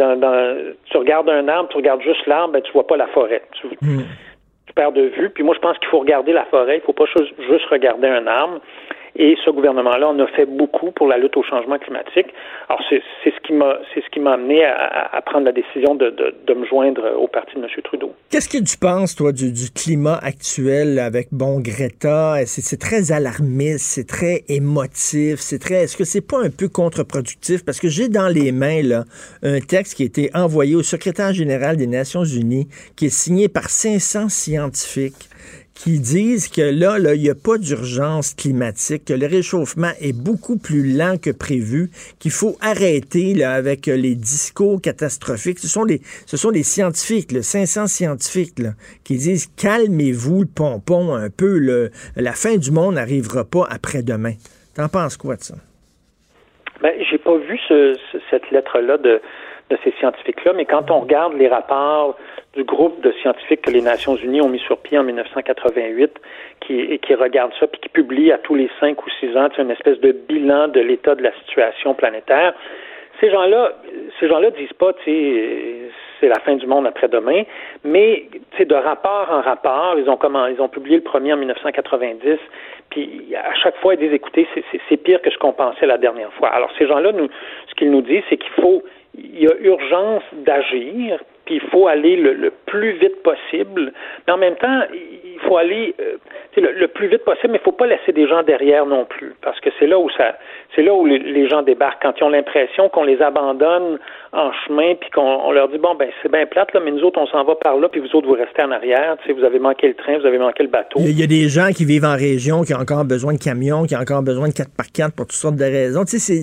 regardes un arbre, tu regardes juste l'arbre, ben, tu vois pas la forêt. Tu perds de vue. Puis moi, je pense qu'il faut regarder la forêt. Il faut pas juste regarder un arbre. Et ce gouvernement-là, on a fait beaucoup pour la lutte au changement climatique. Alors, c'est ce qui m'a amené à prendre la décision de me joindre au parti de M. Trudeau. Qu'est-ce que tu penses, toi, du climat actuel avec, Greta? C'est très alarmiste, c'est très émotif, est-ce que c'est pas un peu contre-productif? Parce que j'ai dans les mains, là, un texte qui a été envoyé au secrétaire général des Nations unies, qui est signé par 500 scientifiques, qui disent que là, il n'y a pas d'urgence climatique, que le réchauffement est beaucoup plus lent que prévu, qu'il faut arrêter là, avec les discours catastrophiques. Ce sont les scientifiques, 500 scientifiques, là, qui disent « Calmez-vous le pompon un peu, la fin du monde n'arrivera pas après-demain. » T'en penses quoi de ça? Ben, j'ai pas vu cette lettre-là de ces scientifiques-là, mais quand on regarde les rapports du groupe de scientifiques que les Nations unies ont mis sur pied en 1988, qui regardent ça, puis qui publient à tous les 5 ou 6 ans une espèce de bilan de l'état de la situation planétaire, ces gens-là disent pas, c'est la fin du monde après-demain, mais de rapport en rapport, ils ont publié le premier en 1990, puis à chaque fois ils disent, écoutez, c'est pire que ce qu'on pensait la dernière fois. Alors ces gens-là, ce qu'ils nous disent, c'est il y a urgence d'agir, puis il faut aller le plus vite possible, mais en même temps, il faut aller le plus vite possible, mais il ne faut pas laisser des gens derrière non plus, parce que c'est là où les gens débarquent, quand ils ont l'impression qu'on les abandonne en chemin, puis qu'on leur dit, bon, ben c'est bien plate, là, mais nous autres, on s'en va par là, puis vous autres, vous restez en arrière, vous avez manqué le train, vous avez manqué le bateau. Il y a des gens qui vivent en région, qui ont encore besoin de camions, qui ont encore besoin de 4x4 pour toutes sortes de raisons. C'est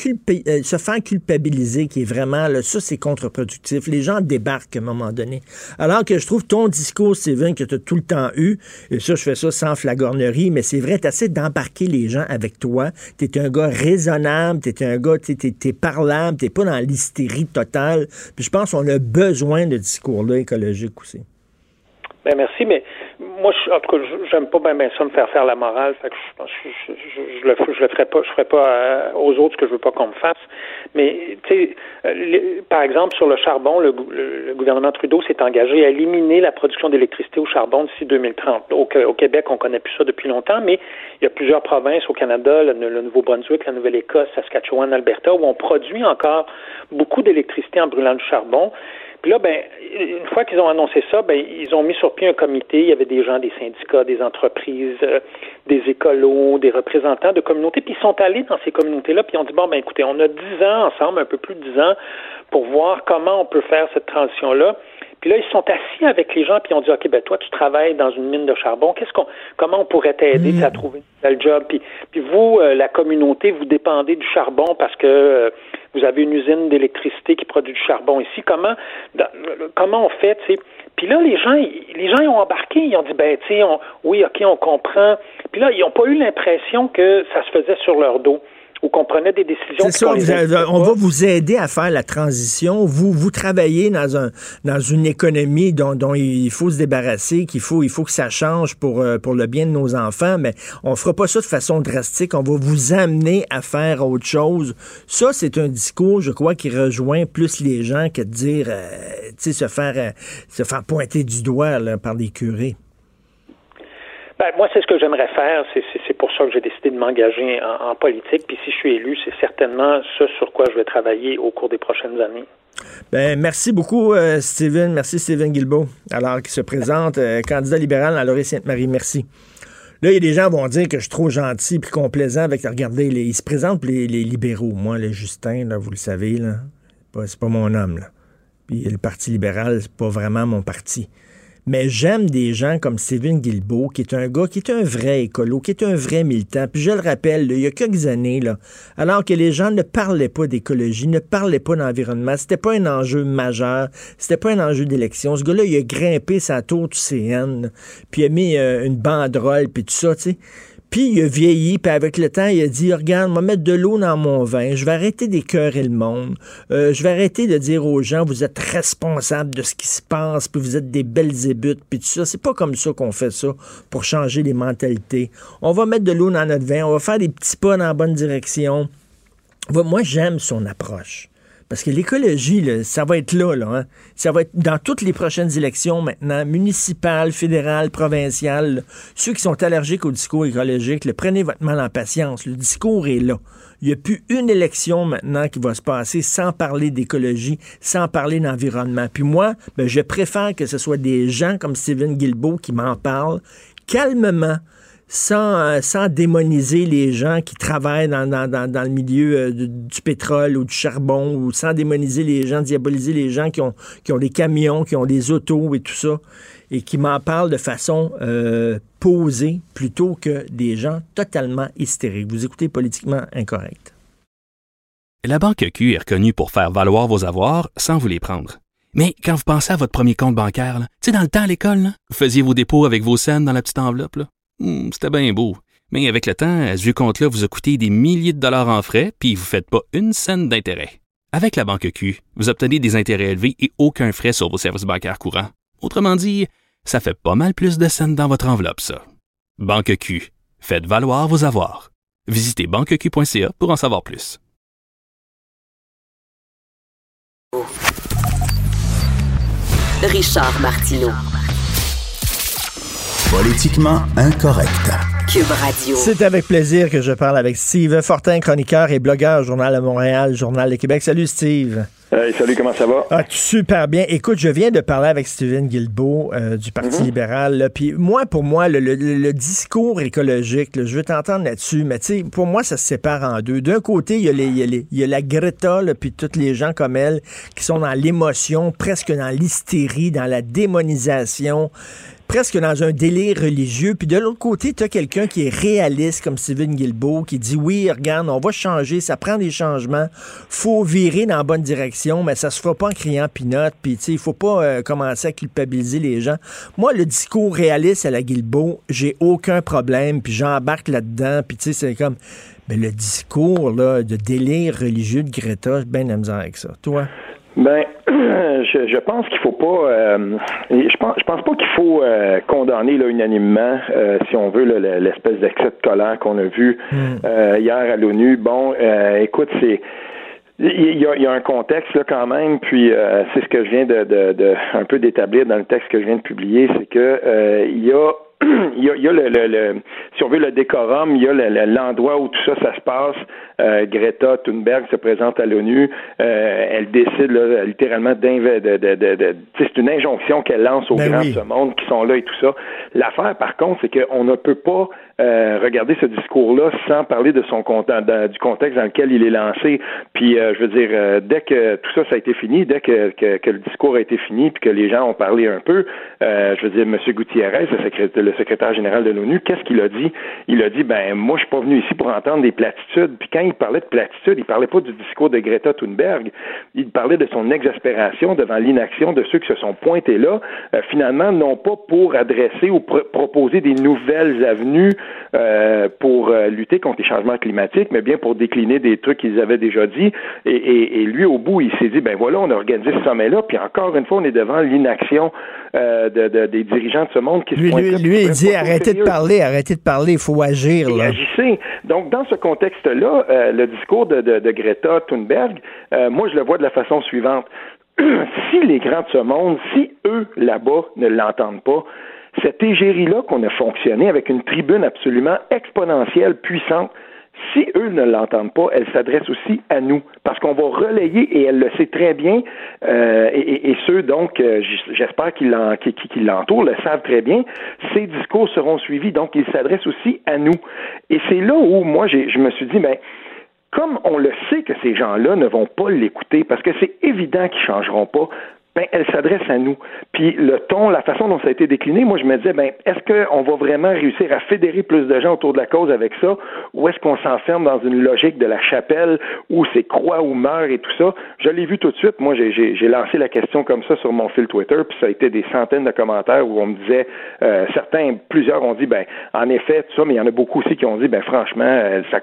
se faire culpabiliser qui est vraiment, là, ça, c'est contre-productif. Les gens débarquent à un moment donné. Alors que je trouve ton discours, Steven, que tu as tout le temps eu, et ça, je fais ça sans flagornerie, mais c'est vrai, tu essaies d'embarquer les gens avec toi. Tu es un gars raisonnable, tu es un gars, t'es parlable, tu n'es pas dans l'hystérie totale. Puis je pense qu'on a besoin de discours-là écologiques aussi. Ben merci, mais moi, en tout cas, j'aime pas bien ça me faire la morale. Fait que je le ferai pas. Je ferai pas aux autres ce que je veux pas qu'on me fasse. Mais tu sais, par exemple sur le charbon, le gouvernement Trudeau s'est engagé à éliminer la production d'électricité au charbon d'ici 2030. Au Québec, on connaît plus ça depuis longtemps, mais il y a plusieurs provinces au Canada, le Nouveau-Brunswick, la Nouvelle-Écosse, Saskatchewan, Alberta, où on produit encore beaucoup d'électricité en brûlant du charbon. Puis là, une fois qu'ils ont annoncé ça, ils ont mis sur pied un comité. Il y avait des gens des syndicats, des entreprises, des écolos, des représentants de communautés. Puis ils sont allés dans ces communautés-là, puis ils ont dit, écoutez, on a 10 ans ensemble, un peu plus de 10 ans, pour voir comment on peut faire cette transition-là. Puis là, ils sont assis avec les gens, puis ils ont dit, OK, toi, tu travailles dans une mine de charbon. Comment on pourrait t'aider à trouver un tel job? Puis vous, la communauté, vous dépendez du charbon parce que vous avez une usine d'électricité qui produit du charbon ici. Comment on fait, tu sais? Puis là, les gens, ils ont embarqué, ils ont dit, oui, OK, on comprend. Puis là, ils n'ont pas eu l'impression que ça se faisait sur leur dos, ou qu'on prenait des décisions. C'est ça, on va vous aider à faire la transition. Vous travaillez dans une économie dont il faut se débarrasser, il faut que ça change pour le bien de nos enfants, mais on fera pas ça de façon drastique. On va vous amener à faire autre chose. Ça, c'est un discours, je crois, qui rejoint plus les gens que de dire, se faire pointer du doigt là, par des curés. Moi, c'est ce que j'aimerais faire. C'est pour ça que j'ai décidé de m'engager en politique. Puis si je suis élu, c'est certainement ce sur quoi je vais travailler au cours des prochaines années. Merci beaucoup, Steven. Merci, Steven Guilbeault. Alors, qui se présente candidat libéral dans Laurier-Sainte-Marie. Merci. Là, il y a des gens qui vont dire que je suis trop gentil puis complaisant avec... Regardez, ils se présentent les libéraux. Moi, le Justin, là, vous le savez, là, c'est pas mon homme. Là. Puis le Parti libéral, c'est pas vraiment mon parti. Mais j'aime des gens comme Steven Guilbeault, qui est un gars, qui est un vrai écolo, qui est un vrai militant. Puis je le rappelle, là, il y a quelques années, là, alors que les gens ne parlaient pas d'écologie, ne parlaient pas d'environnement, c'était pas un enjeu majeur, c'était pas un enjeu d'élection. Ce gars-là, il a grimpé sa tour du CN, puis il a mis une banderole, puis tout ça, tu sais. Puis il a vieilli, puis avec le temps, il a dit, regarde, je vais mettre de l'eau dans mon vin, je vais arrêter d'écœurer le monde, je vais arrêter de dire aux gens, vous êtes responsables de ce qui se passe, puis vous êtes des belzébuth, puis tout ça. C'est pas comme ça qu'on fait ça pour changer les mentalités. On va mettre de l'eau dans notre vin, on va faire des petits pas dans la bonne direction. Moi, j'aime son approche. Parce que l'écologie, là, ça va être là, hein? Ça va être dans toutes les prochaines élections maintenant, municipales, fédérales, provinciales. Là. Ceux qui sont allergiques au discours écologique, là, prenez votre mal en patience. Le discours est là. Il n'y a plus une élection maintenant qui va se passer sans parler d'écologie, sans parler d'environnement. Puis moi, je préfère que ce soit des gens comme Steven Guilbeault qui m'en parlent calmement, sans démoniser les gens qui travaillent dans le milieu du pétrole ou du charbon, ou sans démoniser les gens, diaboliser les gens qui ont des camions, qui ont des autos et tout ça, et qui m'en parlent de façon posée plutôt que des gens totalement hystériques. Vous écoutez Politiquement Incorrect. La Banque Q est reconnue pour faire valoir vos avoirs sans vous les prendre. Mais quand vous pensez à votre premier compte bancaire, tu sais, dans le temps à l'école, là, vous faisiez vos dépôts avec vos scènes dans la petite enveloppe, là. C'était bien beau. Mais avec le temps, à ce vieux compte-là vous a coûté des milliers de dollars en frais, puis vous ne faites pas une scène d'intérêt. Avec la Banque Q, vous obtenez des intérêts élevés et aucun frais sur vos services bancaires courants. Autrement dit, ça fait pas mal plus de scènes dans votre enveloppe, ça. Banque Q. Faites valoir vos avoirs. Visitez banqueq.ca pour en savoir plus. Richard Martineau. Politiquement incorrect. Cube Radio. C'est avec plaisir que je parle avec Steve Fortin, chroniqueur et blogueur Journal de Montréal, Journal de Québec. Salut Steve. Salut, comment ça va? Super bien. Écoute, je viens de parler avec Steven Guilbeault du Parti libéral. Puis pour moi, le discours écologique, là, je veux t'entendre là-dessus, mais tu sais, pour moi, ça se sépare en deux. D'un côté, il y a la Greta, puis tous les gens comme elle qui sont dans l'émotion, presque dans l'hystérie, dans la démonisation, presque dans un délire religieux. Puis de l'autre côté, tu as quelqu'un qui est réaliste comme Steven Guilbeault, qui dit, oui, regarde, on va changer, ça prend des changements, faut virer dans la bonne direction, mais ça se fera pas en criant pinote, puis tu sais, il faut pas commencer à culpabiliser les gens. Moi, le discours réaliste à la Guilbeault, j'ai aucun problème, puis j'embarque là-dedans, puis tu sais, c'est comme... Mais le discours là, de délire religieux de Greta, j'ai bien de la misère avec ça. Toi? Je pense qu'il faut pas. Je pense pas qu'il faut condamner là, unanimement, si on veut, l'espèce d'excès de colère qu'on a vu hier à l'ONU. Bon, écoute, c'est. Il y a un contexte là quand même, puis c'est ce que je viens de un peu d'établir dans le texte que je viens de publier, c'est que il y a il y a le si on veut le décorum, il y a l'endroit où tout ça se passe. Greta Thunberg se présente à l'ONU, elle décide là, littéralement c'est une injonction qu'elle lance aux grands de ce monde qui sont là et tout ça. L'affaire, par contre, c'est qu'on ne peut pas regarder ce discours-là sans parler de son du contexte dans lequel il est lancé. Puis, je veux dire, dès que tout ça a été fini, dès que le discours a été fini, puis que les gens ont parlé un peu, je veux dire, M. Gutiérrez, le secrétaire général de l'ONU, qu'est-ce qu'il a dit? Il a dit, moi, je suis pas venu ici pour entendre des platitudes. Puis quand il parlait de platitudes, il parlait pas du discours de Greta Thunberg. Il parlait de son exaspération devant l'inaction de ceux qui se sont pointés là, finalement, non pas pour adresser ou proposer des nouvelles avenues pour lutter contre les changements climatiques, mais bien pour décliner des trucs qu'ils avaient déjà dit. Et lui, au bout, il s'est dit, voilà, on a organisé ce sommet-là, puis encore une fois, on est devant l'inaction des dirigeants de ce monde qui se pointent là. Lui, il dit, arrêtez de parler, il faut agir. Là. Agissez. Donc, dans ce contexte-là, le discours de Greta Thunberg, moi, je le vois de la façon suivante. Si les grands de ce monde, si eux, là-bas, ne l'entendent pas, cette égérie-là qu'on a fonctionné avec une tribune absolument exponentielle, puissante, si eux ne l'entendent pas, elle s'adresse aussi à nous, parce qu'on va relayer, et elle le sait très bien, et ceux donc, j'espère qu'ils l'entourent, le savent très bien, ces discours seront suivis, donc ils s'adressent aussi à nous. Et c'est là où, moi, je me suis dit, comme on le sait que ces gens-là ne vont pas l'écouter, parce que c'est évident qu'ils ne changeront pas, elle s'adresse à nous. Puis le ton, la façon dont ça a été décliné, moi je me disais, est-ce qu'on va vraiment réussir à fédérer plus de gens autour de la cause avec ça, ou est-ce qu'on s'enferme dans une logique de la chapelle où c'est croix ou meurt et tout ça? Je l'ai vu tout de suite. Moi, j'ai lancé la question comme ça sur mon fil Twitter, puis ça a été des centaines de commentaires où on me disait, plusieurs ont dit, en effet, tout ça, mais il y en a beaucoup aussi qui ont dit, franchement,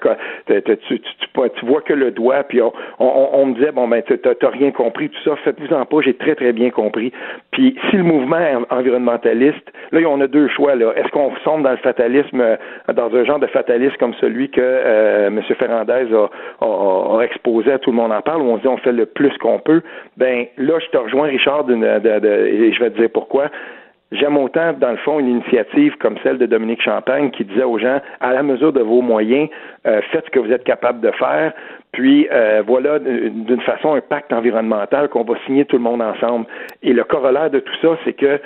tu vois que le doigt, puis on me disait, t'as rien compris, tout ça, faites-vous-en pas, j'ai très bien compris. Puis si le mouvement environnementaliste, là, on a deux choix, là. Est-ce qu'on sombre dans le fatalisme, dans un genre de fatalisme comme celui que M. Ferrandez a exposé à Tout le monde en parle, où on se dit on fait le plus qu'on peut? Là, je te rejoins, Richard, et je vais te dire pourquoi. J'aime autant, dans le fond, une initiative comme celle de Dominique Champagne qui disait aux gens, à la mesure de vos moyens, faites ce que vous êtes capable de faire, puis voilà, d'une façon, un pacte environnemental qu'on va signer tout le monde ensemble. Et le corollaire de tout ça, c'est que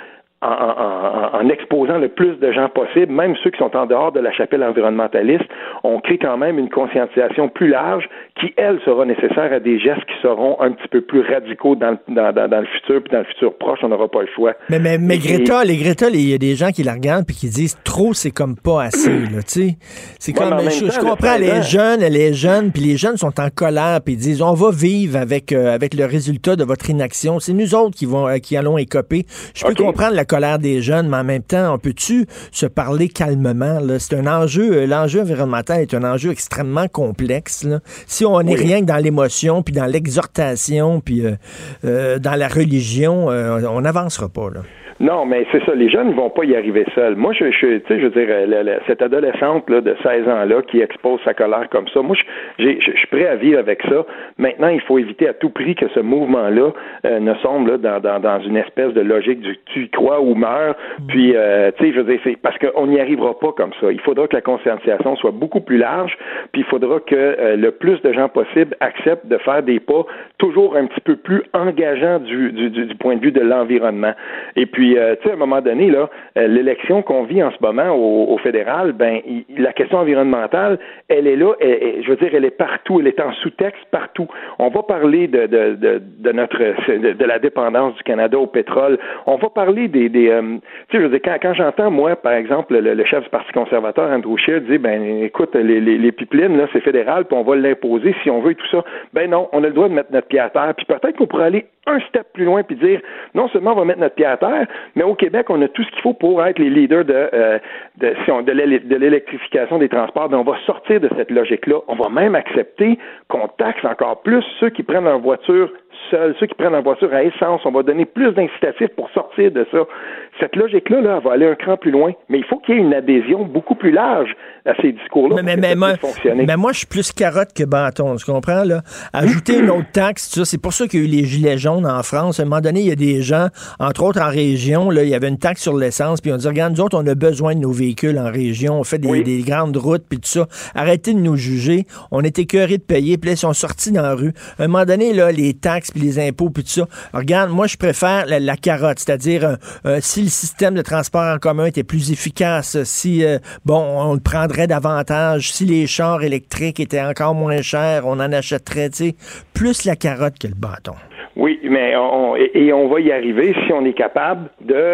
en exposant le plus de gens possible, même ceux qui sont en dehors de la chapelle environnementaliste, on crée quand même une conscientisation plus large qui, elle, sera nécessaire à des gestes qui seront un petit peu plus radicaux dans le futur, puis dans le futur proche, on n'aura pas le choix. Mais Greta, il y a des gens qui la regardent puis qui disent trop, c'est comme pas assez, là, tu sais. C'est comme, je comprends, les jeunes, puis les jeunes sont en colère, puis ils disent, on va vivre avec le résultat de votre inaction. C'est nous autres qui allons écoper. Je peux comprendre la colère des jeunes, mais en même temps, on peut-tu se parler calmement, là? C'est un enjeu, l'enjeu environnemental est un enjeu extrêmement complexe, là. Si on n'est rien que dans l'émotion, puis dans l'exhortation, puis dans la religion, on n'avancera pas, là. Non, mais c'est ça, les jeunes ne vont pas y arriver seuls. Moi, je veux dire, cette adolescente là de 16 ans-là qui expose sa colère comme ça, moi, je suis prêt à vivre avec ça. Maintenant, il faut éviter à tout prix que ce mouvement-là ne sombre là, dans une espèce de logique du tu y crois ou meurs. Puis, je veux dire, c'est parce qu'on n'y arrivera pas comme ça. Il faudra que la conscientisation soit beaucoup plus large, puis il faudra que le plus de gens possible acceptent de faire des pas toujours un petit peu plus engageants du point de vue de l'environnement. Et puis, à un moment donné, là, l'élection qu'on vit en ce moment au fédéral, la question environnementale, elle est là, je veux dire, elle est partout, elle est en sous-texte partout. On va parler de la dépendance du Canada au pétrole. On va parler je veux dire, quand j'entends, moi, par exemple, le chef du Parti conservateur, Andrew Scheer, dire, écoute, les pipelines, là, c'est fédéral, puis on va l'imposer si on veut et tout ça. Non, on a le droit de mettre notre pied à terre, puis peut-être qu'on pourrait aller un step plus loin puis dire, non seulement on va mettre notre pied à terre, mais au Québec, on a tout ce qu'il faut pour être les leaders de l'électrification des transports. On va sortir de cette logique-là. On va même accepter qu'on taxe encore plus ceux qui prennent leur voiture seul. Ceux qui prennent la voiture à essence, on va donner plus d'incitatifs pour sortir de ça. Cette logique-là, là, elle va aller un cran plus loin. Mais il faut qu'il y ait une adhésion beaucoup plus large à ces discours-là pour que ça puisse fonctionner. Mais moi, je suis plus carotte que bâton, tu comprends, là? Ajouter une autre taxe, ça, c'est pour ça qu'il y a eu les gilets jaunes en France. À un moment donné, il y a des gens, entre autres en région, là, il y avait une taxe sur l'essence, puis on dit, regarde, nous autres, on a besoin de nos véhicules en région, on fait des grandes routes, puis tout ça. Arrêtez de nous juger. On est écœurés de payer, puis là, ils sont sortis dans la rue. À un moment donné, là, les taxes, puis les impôts, puis tout ça. Regarde, moi, je préfère la carotte, c'est-à-dire, si le système de transport en commun était plus efficace, si, on le prendrait davantage, si les chars électriques étaient encore moins chers, on en achèterait, tu sais, plus la carotte que le bâton. Oui, mais on va y arriver si on est capable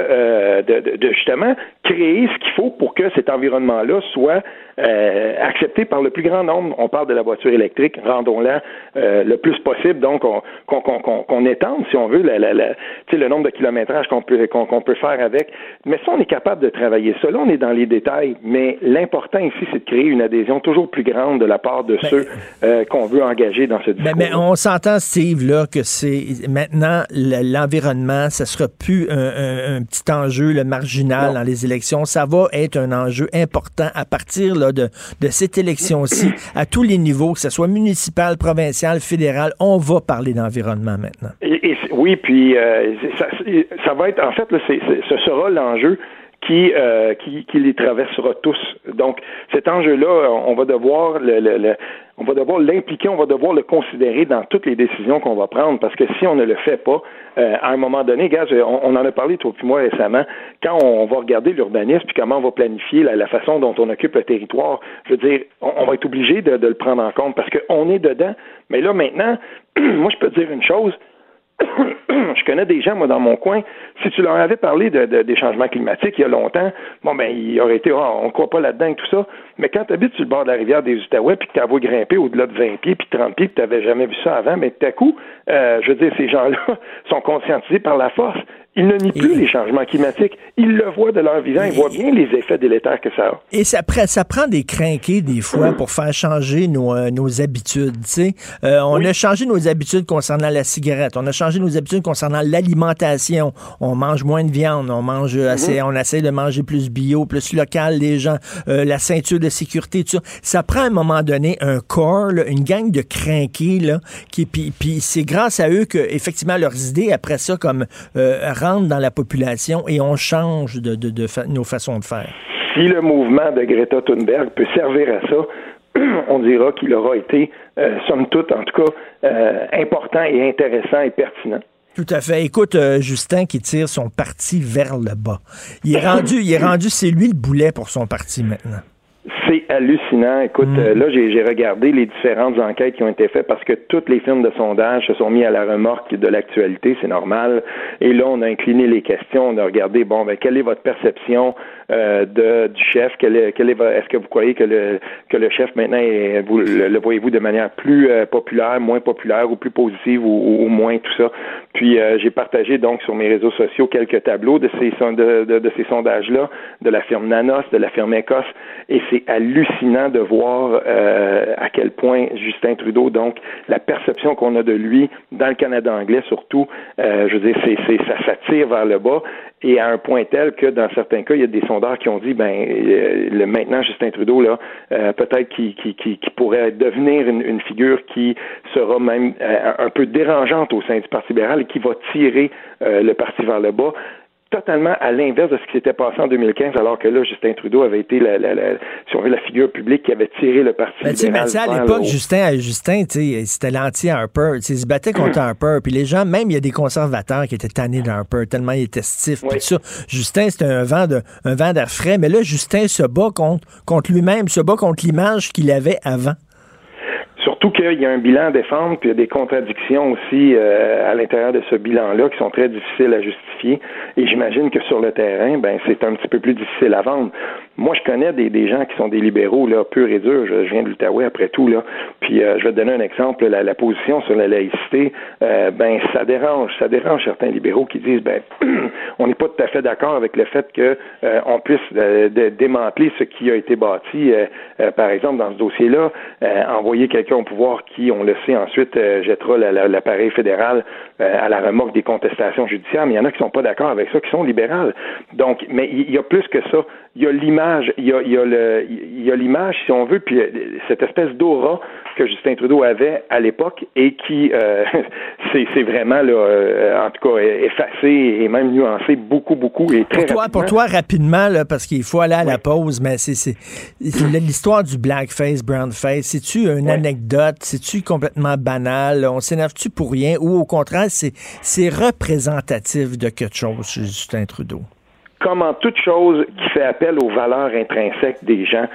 de justement créer ce qu'il faut pour que cet environnement-là soit accepté par le plus grand nombre. On parle de la voiture électrique, rendons-la le plus possible, donc qu'on étende, si on veut, le nombre de kilométrages qu'on peut faire avec. Mais ça, on est capable de travailler ça. Là, on est dans les détails, mais l'important ici, c'est de créer une adhésion toujours plus grande de la part de ceux qu'on veut engager dans ce discours. Mais on s'entend, Steve, là, que c'est maintenant l'environnement, ça sera plus un petit enjeu marginal dans les élections. Ça va être un enjeu important à partir là, de cette élection-ci, à tous les niveaux, que ce soit municipal, provincial, fédéral. On va parler d'environnement maintenant. Oui, puis ça va être, en fait, là, ce sera l'enjeu qui les traversera tous. Donc, cet enjeu-là, on va devoir on va devoir l'impliquer, on va devoir le considérer dans toutes les décisions qu'on va prendre, parce que si on ne le fait pas, à un moment donné, gars, on en a parlé toi et moi récemment, quand on va regarder l'urbanisme puis comment on va planifier la façon dont on occupe le territoire, je veux dire, on va être obligé de le prendre en compte, parce qu'on est dedans. Mais là, maintenant, moi, je peux te dire une chose, je connais des gens, moi, dans mon coin, si tu leur avais parlé des changements climatiques il y a longtemps, ils auraient été, on ne croit pas là-dedans et tout ça, mais quand tu habites sur le bord de la rivière des Outaouais puis que tu as beau grimper au-delà de 20 pieds puis 30 pieds puis tu n'avais jamais vu ça avant, mais tout à coup, je veux dire, ces gens-là sont conscientisés par la force. Ils ne nient plus les changements climatiques. Ils le voient de leur vivant. Ils voient bien les effets délétères que ça a. Et ça prend des crinqués, des fois, pour faire changer nos habitudes. Tu sais, on a changé nos habitudes concernant la cigarette. On a changé nos habitudes concernant l'alimentation. On mange moins de viande. On mange on essaie de manger plus bio, plus local, les gens. La ceinture de sécurité, tout ça. Ça prend à un moment donné un corps, là, une gang de crinqués, là, puis c'est grâce à eux que, effectivement, leurs idées, après ça, comme rentrent dans la population et on change de nos façons de faire. Si le mouvement de Greta Thunberg peut servir à ça, on dira qu'il aura été, somme toute, en tout cas, important et intéressant et pertinent. Tout à fait. Écoute, Justin qui tire son parti vers le bas. Il est rendu, c'est lui le boulet pour son parti maintenant. C'est hallucinant. Écoute, là, j'ai regardé les différentes enquêtes qui ont été faites parce que toutes les firmes de sondage se sont mis à la remorque de l'actualité, c'est normal. Et là, on a incliné les questions, on a regardé, quelle est votre perception du chef? Est-ce que vous croyez que le chef maintenant le voyez-vous de manière plus populaire, moins populaire ou plus positive ou moins tout ça? Puis j'ai partagé donc sur mes réseaux sociaux quelques tableaux de ces sondages-là, de la firme Nanos, de la firme Écosse, et c'est hallucinant de voir à quel point Justin Trudeau, donc la perception qu'on a de lui dans le Canada anglais surtout, je veux dire, ça tire vers le bas, et à un point tel que dans certains cas, il y a des sondeurs qui ont dit, maintenant Justin Trudeau là, peut-être qu'il pourrait devenir une figure qui sera même un peu dérangeante au sein du Parti libéral et qui va tirer le parti vers le bas. Totalement à l'inverse de ce qui s'était passé en 2015, alors que là, Justin Trudeau avait été si on veut, la figure publique qui avait tiré le Parti libéral. Mais à l'époque, Justin, c'était l'anti-Harper. Il se battait contre Harper. Puis les gens, même, il y a des conservateurs qui étaient tannés d'Harper, tellement il était stiff. Puis tout ça. Justin, c'était un vent d'air frais. Mais là, Justin se bat contre lui-même, se bat contre l'image qu'il avait avant. Surtout qu'il y a un bilan à défendre, puis il y a des contradictions aussi à l'intérieur de ce bilan-là qui sont très difficiles à justifier. Et j'imagine que sur le terrain, c'est un petit peu plus difficile à vendre. Moi, je connais des gens qui sont des libéraux, là, purs et durs. Je viens de l'Outaouais, après tout, là. Puis, je vais te donner un exemple. La position sur la laïcité, ça dérange certains libéraux qui disent, on n'est pas tout à fait d'accord avec le fait que on puisse démanteler ce qui a été bâti, par exemple, dans ce dossier-là, envoyer quelqu'un au pouvoir qui, on le sait, ensuite jettera l'appareil fédéral à la remorque des contestations judiciaires. Mais il y en a qui sont pas d'accord avec ça, qui sont libérales. Donc, mais il y a plus que ça. Il y a l'image, il y a l'image, si on veut, puis cette espèce d'aura que Justin Trudeau avait à l'époque et qui, c'est vraiment, là, en tout cas, effacé et même nuancé beaucoup, et très rapidement. Pour toi, rapidement, là, parce qu'il faut aller à la pause, mais c'est l'histoire du blackface, brownface. C'est-tu une anecdote? C'est-tu complètement banal? On s'énerve-tu pour rien? Ou au contraire, c'est représentatif de quelque chose chez Justin Trudeau? Comme en toute chose qui fait appel aux valeurs intrinsèques des gens,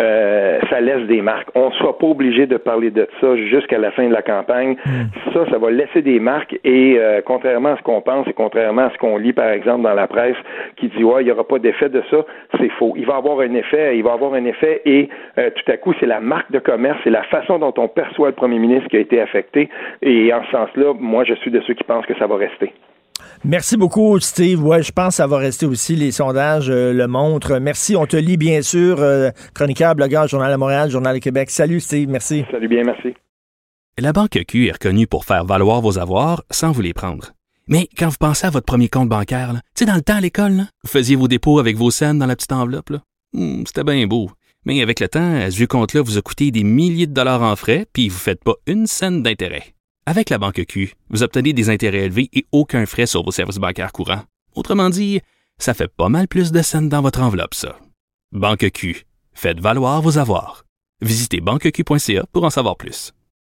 ça laisse des marques. On ne sera pas obligé de parler de ça jusqu'à la fin de la campagne. Ça va laisser des marques et contrairement à ce qu'on pense et contrairement à ce qu'on lit, par exemple, dans la presse, qui dit « ouais, il n'y aura pas d'effet de ça », c'est faux. Il va avoir un effet et tout à coup, c'est la marque de commerce, c'est la façon dont on perçoit le premier ministre qui a été affecté. Et en ce sens-là, moi, je suis de ceux qui pensent que ça va rester. Merci beaucoup, Steve. Ouais, je pense que ça va rester aussi. Les sondages le montrent. Merci. On te lit, bien sûr. Chroniqueur, blogueur, Journal de Montréal, Journal de Québec. Salut, Steve. Merci. Salut bien, merci. La Banque Q est reconnue pour faire valoir vos avoirs sans vous les prendre. Mais quand vous pensez à votre premier compte bancaire, tu sais, dans le temps à l'école, là, vous faisiez vos dépôts avec vos scènes dans la petite enveloppe. C'était bien beau. Mais avec le temps, ce vieux compte-là vous a coûté des milliers de dollars en frais, puis vous ne faites pas une scène d'intérêt. Avec la Banque Q, vous obtenez des intérêts élevés et aucun frais sur vos services bancaires courants. Autrement dit, ça fait pas mal plus de scènes dans votre enveloppe, ça. Banque Q, faites valoir vos avoirs. Visitez banqueq.ca pour en savoir plus.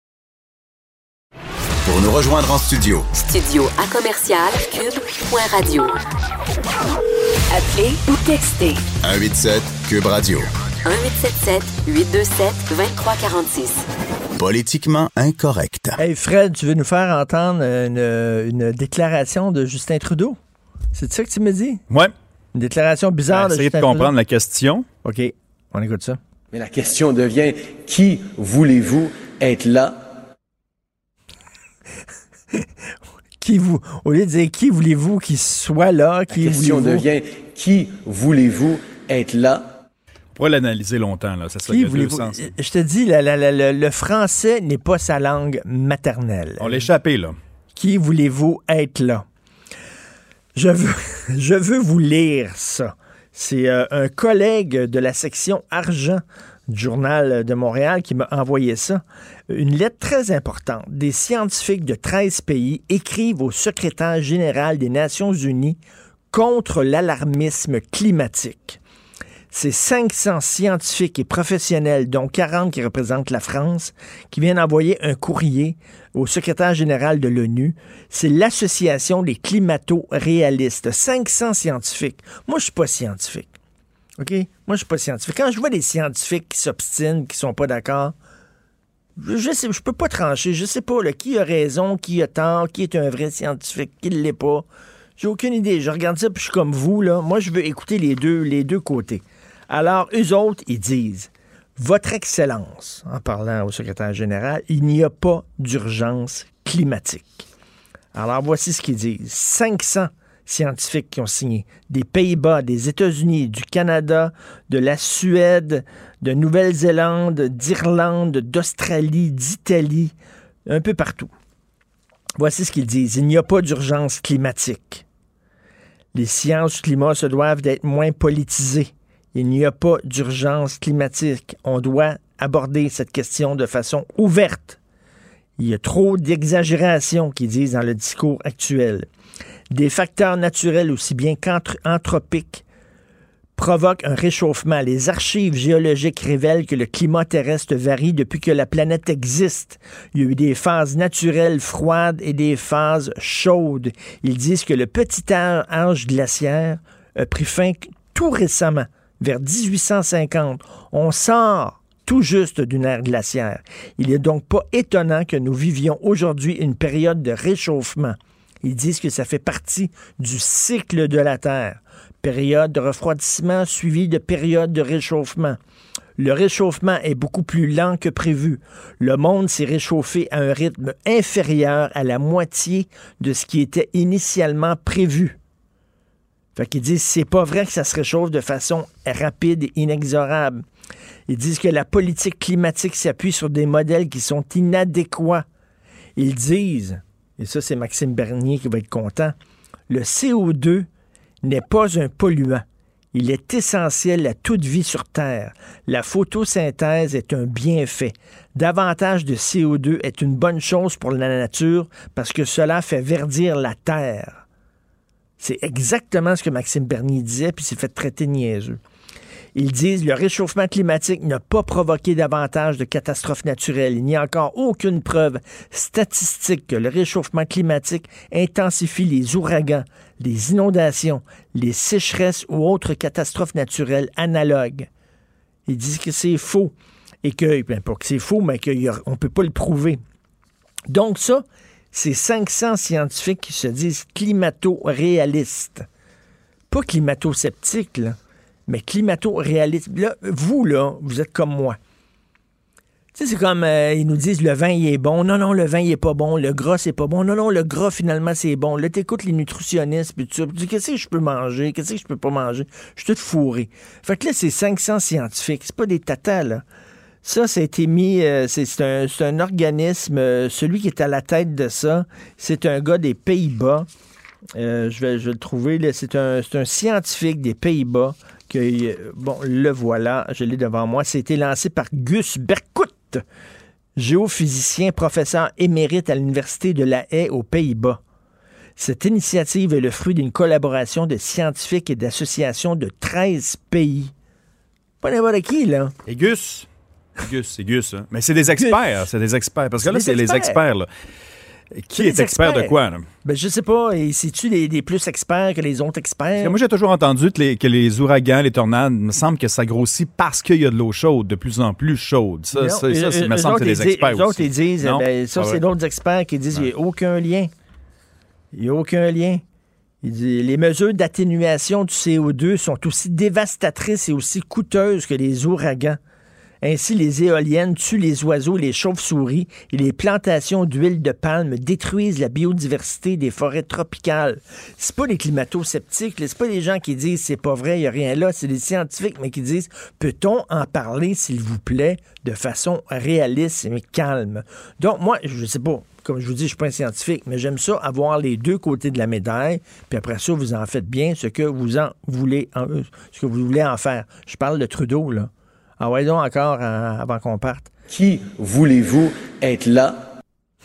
Pour nous rejoindre en studio. Studio à commercial cube.radio. Appelez ou textez. 187 Cube Radio. 1877-827-2346. Politiquement incorrect. Hey Fred, tu veux nous faire entendre une déclaration de Justin Trudeau? C'est ça que tu me dis? Ouais. Une déclaration bizarre de Justin Trudeau. Essayez de comprendre la question. OK, on écoute ça. Mais la question devient, qui voulez-vous être là? Au lieu de dire qui voulez-vous qu'il soit là, la question devient, qui voulez-vous être là? On pourrait l'analyser longtemps, là. Ça serait deux sens. Je te dis, le français n'est pas sa langue maternelle. On l'a échappé, là. Qui voulez-vous être là? Je veux vous lire ça. C'est un collègue de la section argent du Journal de Montréal qui m'a envoyé ça. Une lettre très importante. Des scientifiques de 13 pays écrivent au secrétaire général des Nations unies contre l'alarmisme climatique. C'est 500 scientifiques et professionnels, dont 40 qui représentent la France, qui viennent envoyer un courrier au secrétaire général de l'ONU. C'est l'Association des climato-réalistes. 500 scientifiques. Moi, je suis pas scientifique. OK? Moi, je suis pas scientifique. Quand je vois des scientifiques qui s'obstinent, qui sont pas d'accord, je peux pas trancher. Je sais pas là, qui a raison, qui a tort, qui est un vrai scientifique, qui ne l'est pas. J'ai aucune idée. Je regarde ça puis je suis comme vous, là. Moi, je veux écouter les deux côtés. Alors, eux autres, ils disent, Votre Excellence, en parlant au secrétaire général, il n'y a pas d'urgence climatique. Alors, voici ce qu'ils disent. 500 scientifiques qui ont signé. Des Pays-Bas, des États-Unis, du Canada, de la Suède, de Nouvelle-Zélande, d'Irlande, d'Australie, d'Italie, un peu partout. Voici ce qu'ils disent. Il n'y a pas d'urgence climatique. Les sciences du climat se doivent d'être moins politisées. Il n'y a pas d'urgence climatique. On doit aborder cette question de façon ouverte. Il y a trop d'exagération, qu'ils disent dans le discours actuel. Des facteurs naturels aussi bien qu'anthropiques provoquent un réchauffement. Les archives géologiques révèlent que le climat terrestre varie depuis que la planète existe. Il y a eu des phases naturelles froides et des phases chaudes. Ils disent que le petit âge glaciaire a pris fin tout récemment, vers 1850. On sort tout juste d'une ère glaciaire. Il n'est donc pas étonnant que nous vivions aujourd'hui une période de réchauffement. Ils disent que ça fait partie du cycle de la Terre. Période de refroidissement suivie de période de réchauffement. Le réchauffement est beaucoup plus lent que prévu. Le monde s'est réchauffé à un rythme inférieur à la moitié de ce qui était initialement prévu. Fait qu'ils disent c'est pas vrai que ça se réchauffe de façon rapide et inexorable. Ils disent que la politique climatique s'appuie sur des modèles qui sont inadéquats. Ils disent, et ça c'est Maxime Bernier qui va être content, le CO2 n'est pas un polluant. Il est essentiel à toute vie sur Terre. La photosynthèse est un bienfait. Davantage de CO2 est une bonne chose pour la nature parce que cela fait verdir la Terre. C'est exactement ce que Maxime Bernier disait, puis il s'est fait traiter de niaiseux. Ils disent le réchauffement climatique n'a pas provoqué davantage de catastrophes naturelles. Il n'y a encore aucune preuve statistique que le réchauffement climatique intensifie les ouragans, les inondations, les sécheresses ou autres catastrophes naturelles analogues. Ils disent que c'est faux. Et que, pas que c'est faux, mais qu'on ne peut pas le prouver. Donc ça, c'est 500 scientifiques qui se disent climato-réalistes. Pas climato-sceptiques, là. Mais climato-réaliste. Là, vous êtes comme moi. Tu sais, c'est comme, ils nous disent, le vin, il est bon. Non, le vin, il est pas bon. Le gras, c'est pas bon. Non, le gras, finalement, c'est bon. Là, t'écoutes les nutritionnistes, puis tu dis, qu'est-ce que je peux manger? Qu'est-ce que je peux pas manger? Je suis tout fourré. Fait que là, c'est 500 scientifiques. C'est pas des tatas, là. Ça a été mis, c'est un organisme, celui qui est à la tête de ça, c'est un gars des Pays-Bas. Je vais le trouver, là. C'est un scientifique des Pays-Bas. Bon, le voilà, je l'ai devant moi. C'était lancé par Gus Berkut, géophysicien, professeur émérite à l'Université de La Haye aux Pays-Bas. Cette initiative est le fruit d'une collaboration de scientifiques et d'associations de 13 pays. Pas n'importe qui, là. Et Gus, c'est Gus, hein? Mais c'est des experts, Parce que là, c'est les experts, là. Qui est expert de quoi, là? Ben, je sais pas. Et c'est-tu des plus experts que les autres experts? Parce que moi, j'ai toujours entendu que les ouragans, les tornades, il me semble que ça grossit parce qu'il y a de l'eau chaude, de plus en plus chaude. Ça, il me semble que c'est des experts aussi. Les autres, ils disent, c'est d'autres experts qui disent qu'il n'y a aucun lien. Il n'y a aucun lien. Il dit, les mesures d'atténuation du CO2 sont aussi dévastatrices et aussi coûteuses que les ouragans. Ainsi, les éoliennes tuent les oiseaux, les chauves-souris et les plantations d'huile de palme détruisent la biodiversité des forêts tropicales. C'est pas les climato-sceptiques, c'est pas les gens qui disent c'est pas vrai, il n'y a rien là, c'est les scientifiques, mais qui disent peut-on en parler, s'il vous plaît, de façon réaliste et calme. Donc, moi, je sais pas, comme je vous dis, je suis pas un scientifique, mais j'aime ça, avoir les deux côtés de la médaille, puis après ça, vous en faites bien ce que vous voulez en faire. Je parle de Trudeau, là. Ah ouais, donc encore avant qu'on parte. Qui voulez-vous être là?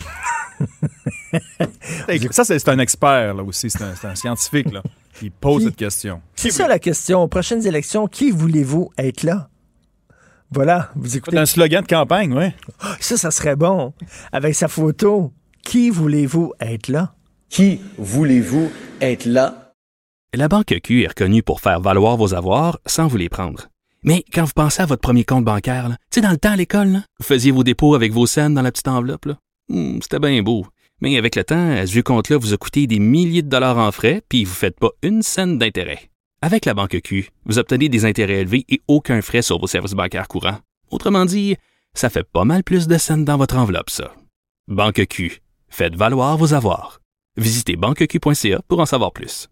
Ça, c'est un expert, là aussi. C'est un scientifique, là, qui pose cette question. C'est ça la question. Aux prochaines élections, qui voulez-vous être là? Voilà, vous écoutez. C'est un slogan de campagne, oui. Ça serait bon. Avec sa photo. Qui voulez-vous être là? Qui voulez-vous être là? La Banque Q est reconnue pour faire valoir vos avoirs sans vous les prendre. Mais quand vous pensez à votre premier compte bancaire, tu sais, dans le temps à l'école, là, vous faisiez vos dépôts avec vos scènes dans la petite enveloppe. Là. C'était bien beau. Mais avec le temps, ce vieux compte-là vous a coûté des milliers de dollars en frais, puis vous ne faites pas une scène d'intérêt. Avec la Banque Q, vous obtenez des intérêts élevés et aucun frais sur vos services bancaires courants. Autrement dit, ça fait pas mal plus de scènes dans votre enveloppe, ça. Banque Q. Faites valoir vos avoirs. Visitez banqueq.ca pour en savoir plus.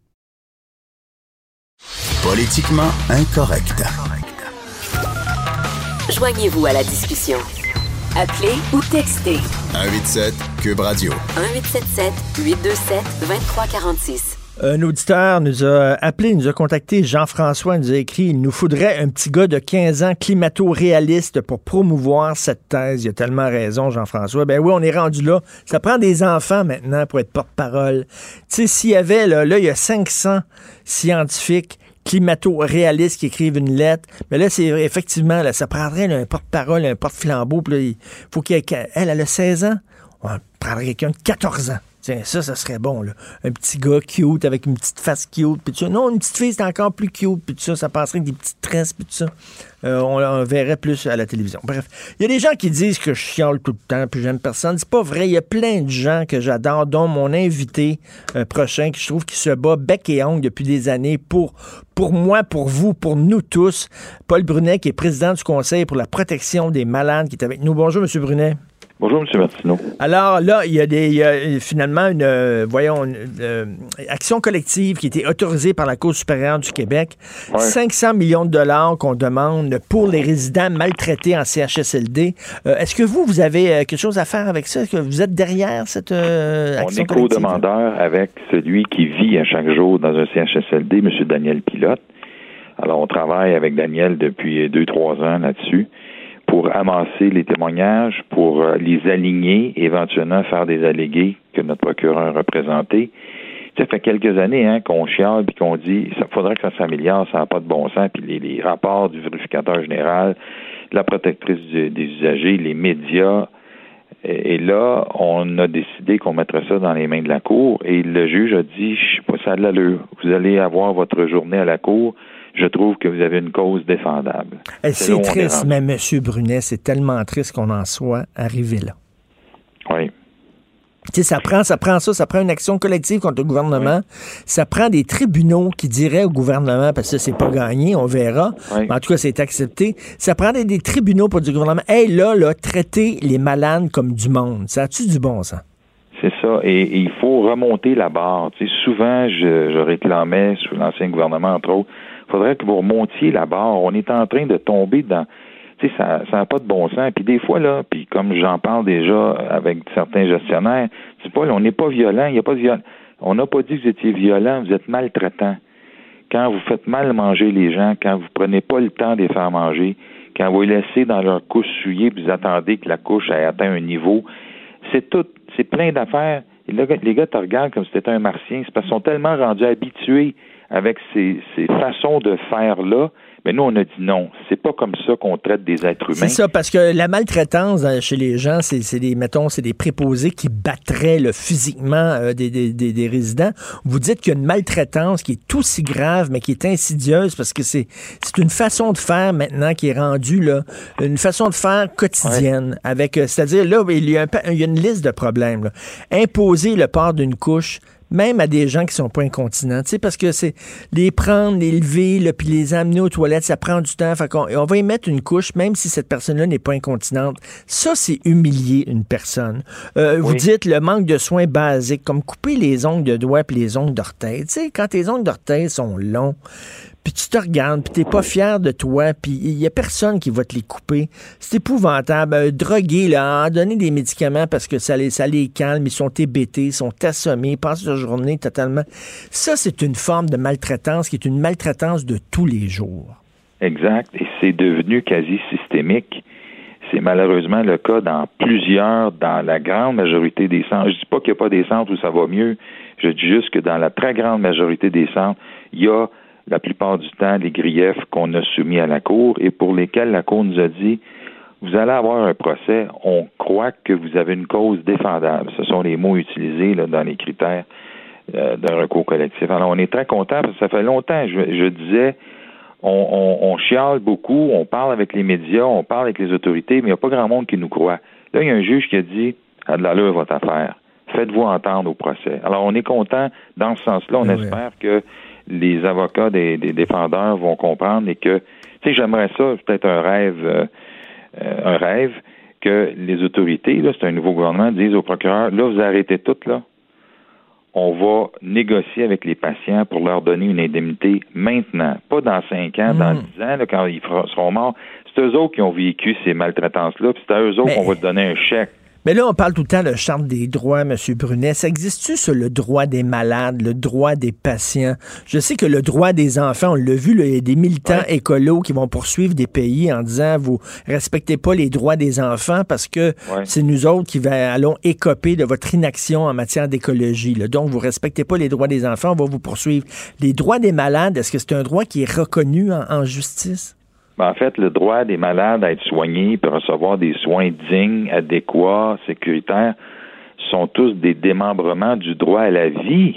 Politiquement incorrect. Joignez-vous à la discussion. Appelez ou textez. 187 Cube Radio. 1877-827-2346. Un auditeur nous a appelé, nous a contacté, Jean-François nous a écrit « Il nous faudrait un petit gars de 15 ans climato-réaliste pour promouvoir cette thèse. » Il a tellement raison, Jean-François. Ben oui, on est rendu là. Ça prend des enfants maintenant pour être porte-parole. Tu sais, s'il y avait, là, il y a 500 scientifiques climato-réalistes qui écrivent une lettre. Mais là, c'est effectivement, là, ça prendrait un porte-parole, un porte-flambeau. Puis là, il faut elle a 16 ans. On prendrait quelqu'un de 14 ans. Tiens, ça serait bon, là. Un petit gars cute, avec une petite face cute, puis tout ça. Non, une petite fille, c'est encore plus cute, puis tout ça. Ça passerait avec des petites tresses, puis tout ça. On verrait plus à la télévision. Bref, il y a des gens qui disent que je chiale tout le temps, puis j'aime personne. C'est pas vrai. Il y a plein de gens que j'adore, dont mon invité prochain, que je trouve qui se bat bec et ongle depuis des années pour moi, pour vous, pour nous tous. Paul Brunet, qui est président du Conseil pour la protection des malades, qui est avec nous. Bonjour, M. Brunet. Bonjour, M. Martineau. Alors là, il y a finalement une action collective qui a été autorisée par la Cour supérieure du Québec. Ouais. 500 millions de dollars qu'on demande pour les résidents maltraités en CHSLD. Est-ce que vous avez quelque chose à faire avec ça? Est-ce que vous êtes derrière cette action collective? On est co-demandeur avec celui qui vit à chaque jour dans un CHSLD, M. Daniel Pilote. Alors, on travaille avec Daniel depuis 2-3 ans là-dessus, pour amasser les témoignages, pour les aligner, éventuellement faire des allégués que notre procureur a présentés. Ça fait quelques années qu'on chiale et qu'on dit ça faudrait que ça s'améliore, ça n'a pas de bon sens, puis les rapports du vérificateur général, la protectrice des usagers, les médias. Et là, on a décidé qu'on mettrait ça dans les mains de la Cour et le juge a dit, je sais pas, ça a de l'allure. Vous allez avoir votre journée à la Cour. Je trouve que vous avez une cause défendable. C'est triste, mais M. Brunet, c'est tellement triste qu'on en soit arrivé là. Oui. Tu sais, ça prend une action collective contre le gouvernement. Oui. Ça prend des tribunaux qui diraient au gouvernement, parce que c'est pas gagné, on verra. Oui. Mais en tout cas, c'est accepté. Ça prend des tribunaux pour dire au gouvernement, hey, là, traitez les malades comme du monde. Ça a-tu du bon sens? C'est ça. Et il faut remonter la barre. Tu sais, souvent, je réclamais sous l'ancien gouvernement, entre autres, il faudrait que vous remontiez la barre. On est en train de tomber dans... Tu sais, ça n'a pas de bon sens. Puis des fois, là, puis comme j'en parle déjà avec certains gestionnaires, c'est pas, on n'est pas violent, il n'y a pas de violence. On n'a pas dit que vous étiez violent, vous êtes maltraitant. Quand vous faites mal manger les gens, quand vous prenez pas le temps de les faire manger, quand vous les laissez dans leur couche souillée, puis vous attendez que la couche ait atteint un niveau, c'est plein d'affaires. Et là, les gars te regardent comme si c'était un martien. C'est parce qu'ils sont tellement rendus habitués avec ces façons de faire-là. Mais nous, on a dit non. C'est pas comme ça qu'on traite des êtres humains. C'est ça, parce que la maltraitance chez les gens, c'est des préposés qui battraient physiquement des résidents. Vous dites qu'il y a une maltraitance qui est aussi grave, mais qui est insidieuse, parce que c'est une façon de faire maintenant qui est rendue, là, une façon de faire quotidienne. Ouais. Avec, c'est-à-dire, là, il y a une liste de problèmes. Là. Imposer le port d'une couche, même à des gens qui sont pas incontinents, tu sais, parce que c'est les prendre, les lever, là, puis les amener aux toilettes, ça prend du temps. Fait on va y mettre une couche, même si cette personne-là n'est pas incontinente. Ça, c'est humilier une personne. Vous dites le manque de soins basiques, comme couper les ongles de doigts puis les ongles d'orteil. Tu sais, quand tes ongles d'orteil sont longs, puis tu te regardes, puis t'es pas fier de toi, puis il y a personne qui va te les couper. C'est épouvantable. Droguer, là, en donner des médicaments parce que ça les calme, ils sont hébétés, ils sont assommés, ils passent leur journée totalement. Ça, c'est une forme de maltraitance qui est une maltraitance de tous les jours. Exact. Et c'est devenu quasi systémique. C'est malheureusement le cas dans la grande majorité des centres. Je dis pas qu'il n'y a pas des centres où ça va mieux. Je dis juste que dans la très grande majorité des centres, il y a la plupart du temps les griefs qu'on a soumis à la Cour et pour lesquels la Cour nous a dit vous allez avoir un procès, on croit que vous avez une cause défendable. Ce sont les mots utilisés là, dans les critères d'un recours collectif. Alors, on est très contents parce que ça fait longtemps, je disais, on chiale beaucoup, on parle avec les médias, on parle avec les autorités, mais il n'y a pas grand monde qui nous croit. Là, il y a un juge qui a dit à de l'allure votre affaire. Faites-vous entendre au procès. Alors, on est content dans ce sens-là. On espère que les avocats des défendeurs vont comprendre et que, tu sais, j'aimerais ça, peut-être un rêve, que les autorités, là, c'est un nouveau gouvernement, disent au procureur, là, vous arrêtez tout, là. On va négocier avec les patients pour leur donner une indemnité maintenant, pas dans 5 ans, dans 10 ans, là, quand ils seront morts. C'est eux autres qui ont vécu ces maltraitances-là, puis c'est à eux autres qu'on va donner un chèque. Mais là, on parle tout le temps de charte des droits, M. Brunet. Ça existe-tu sur le droit des malades, le droit des patients? Je sais que le droit des enfants, on l'a vu, là, il y a des militants écolos qui vont poursuivre des pays en disant vous respectez pas les droits des enfants parce que c'est nous autres qui allons écoper de votre inaction en matière d'écologie. Là. Donc, vous respectez pas les droits des enfants, on va vous poursuivre. Les droits des malades, est-ce que c'est un droit qui est reconnu en justice? Ben, en fait, le droit des malades à être soignés et recevoir des soins dignes, adéquats, sécuritaires, sont tous des démembrements du droit à la vie.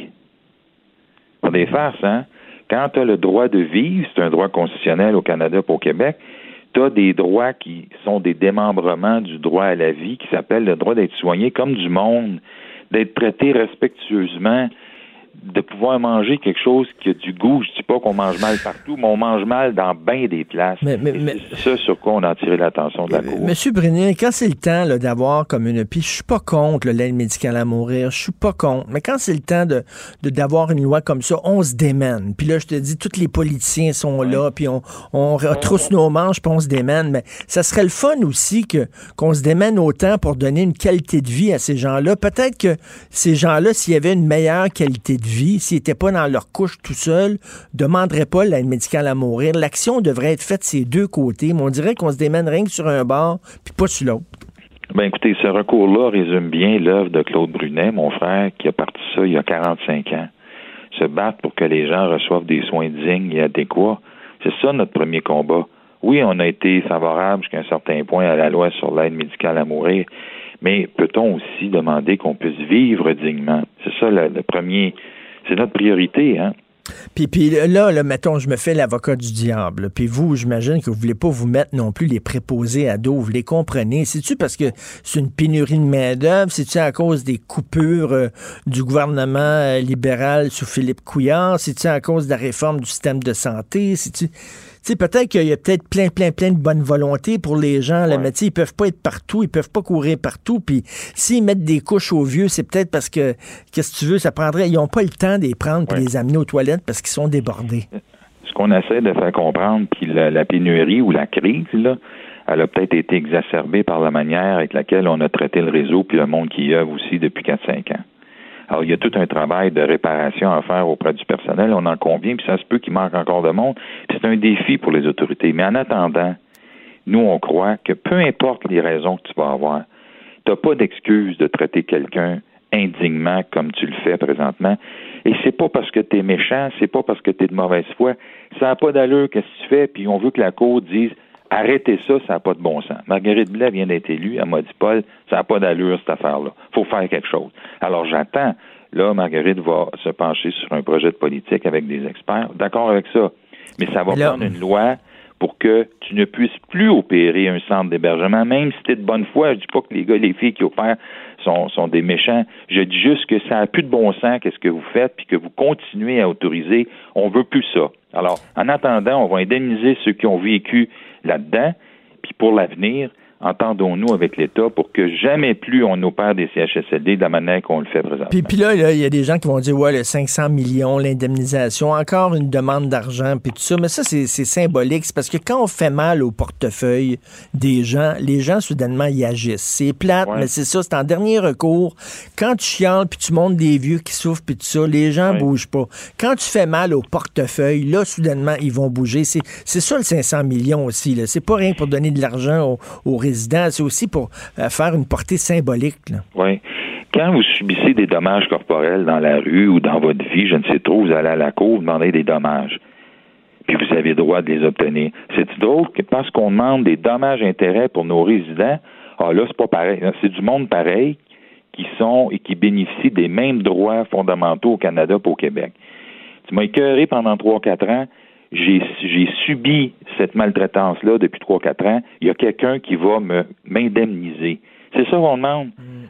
Pas des farces, hein? Quand tu as le droit de vivre, c'est un droit constitutionnel au Canada et au Québec, tu as des droits qui sont des démembrements du droit à la vie, qui s'appellent le droit d'être soigné comme du monde, d'être traité respectueusement, de pouvoir manger quelque chose qui a du goût. Je dis pas qu'on mange mal partout, mais on mange mal dans bien des places. Mais c'est ça sur quoi on a attiré l'attention de la Cour. Monsieur Brunet, quand c'est le temps là, d'avoir comme une... Puis je suis pas contre l'aide médicale à mourir, je suis pas contre. Mais quand c'est le temps d'avoir une loi comme ça, on se démène. Puis là, je te dis, tous les politiciens sont là, puis on retrousse nos manches, puis on se démène. Mais ça serait le fun aussi qu'on se démène autant pour donner une qualité de vie à ces gens-là. Peut-être que ces gens-là, s'il y avait une meilleure qualité de vie, s'ils n'étaient pas dans leur couche tout seuls, demanderaient pas l'aide médicale à mourir. L'action devrait être faite ces deux côtés, mais on dirait qu'on se démène rien que sur un bord, puis pas sur l'autre. Ben écoutez, ce recours-là résume bien l'œuvre de Claude Brunet, mon frère, qui a parti ça il y a 45 ans. Se battre pour que les gens reçoivent des soins dignes et adéquats. C'est ça notre premier combat. Oui, on a été favorable jusqu'à un certain point à la loi sur l'aide médicale à mourir, mais peut-on aussi demander qu'on puisse vivre dignement? C'est ça le premier... C'est notre priorité, hein? Puis là, mettons, je me fais l'avocat du diable. Puis vous, j'imagine que vous voulez pas vous mettre non plus les préposés à dos. Vous les comprenez. C'est-tu parce que c'est une pénurie de main-d'œuvre? C'est-tu à cause des coupures du gouvernement libéral sous Philippe Couillard? C'est-tu à cause de la réforme du système de santé? C'est-tu... Tu sais, peut-être qu'il y a peut-être plein de bonne volonté pour les gens, là, mais tu sais, ils peuvent pas être partout, ils peuvent pas courir partout, puis s'ils mettent des couches aux vieux, c'est peut-être parce que, qu'est-ce que tu veux, ça prendrait, ils n'ont pas le temps de les prendre puis les amener aux toilettes parce qu'ils sont débordés. Ce qu'on essaie de faire comprendre, puis la pénurie ou la crise, là, elle a peut-être été exacerbée par la manière avec laquelle on a traité le réseau puis le monde qui y œuvre aussi depuis 4-5 ans. Alors, il y a tout un travail de réparation à faire auprès du personnel, on en convient, puis ça se peut qu'il manque encore de monde. C'est un défi pour les autorités. Mais en attendant, nous, on croit que peu importe les raisons que tu vas avoir, tu n'as pas d'excuse de traiter quelqu'un indignement comme tu le fais présentement. Et c'est pas parce que tu es méchant, c'est pas parce que tu es de mauvaise foi. Ça n'a pas d'allure, qu'est-ce que tu fais, puis on veut que la Cour dise arrêtez ça, ça n'a pas de bon sens. Marguerite Blais vient d'être élue, elle m'a dit, Paul, ça n'a pas d'allure, cette affaire-là. Il faut faire quelque chose. Alors, j'attends. Là, Marguerite va se pencher sur un projet de politique avec des experts. D'accord avec ça. Mais ça va prendre une loi pour que tu ne puisses plus opérer un centre d'hébergement, même si tu es de bonne foi. Je dis pas que les gars et les filles qui opèrent sont des méchants. Je dis juste que ça n'a plus de bon sens, qu'est-ce que vous faites, puis que vous continuez à autoriser. On veut plus ça. Alors, en attendant, on va indemniser ceux qui ont vécu là-dedans, puis pour l'avenir, entendons-nous avec l'État pour que jamais plus on opère des CHSLD de la manière qu'on le fait présentement. Puis là, il y a des gens qui vont dire, ouais, le 500 millions, l'indemnisation, encore une demande d'argent, puis tout ça. Mais ça, c'est symbolique. C'est parce que quand on fait mal au portefeuille des gens, les gens, soudainement, y agissent. C'est plate, mais c'est ça, c'est en dernier recours. Quand tu chiales, puis tu montes des vieux qui souffrent, puis tout ça, les gens bougent pas. Quand tu fais mal au portefeuille, là, soudainement, ils vont bouger. C'est ça, le 500 millions aussi. Là. C'est pas rien pour donner de l'argent aux résidents, c'est aussi pour faire une portée symbolique. Oui. Quand vous subissez des dommages corporels dans la rue ou dans votre vie, je ne sais trop, vous allez à la cour, vous demandez des dommages. Puis vous avez le droit de les obtenir. C'est drôle que parce qu'on demande des dommages-intérêts pour nos résidents, là, c'est pas pareil. C'est du monde pareil qui sont et qui bénéficient des mêmes droits fondamentaux au Canada et au Québec. Tu m'as écœuré pendant 3-4 ans. J'ai subi cette maltraitance-là depuis 3-4 ans. Il y a quelqu'un qui va m'indemniser. C'est ça qu'on demande.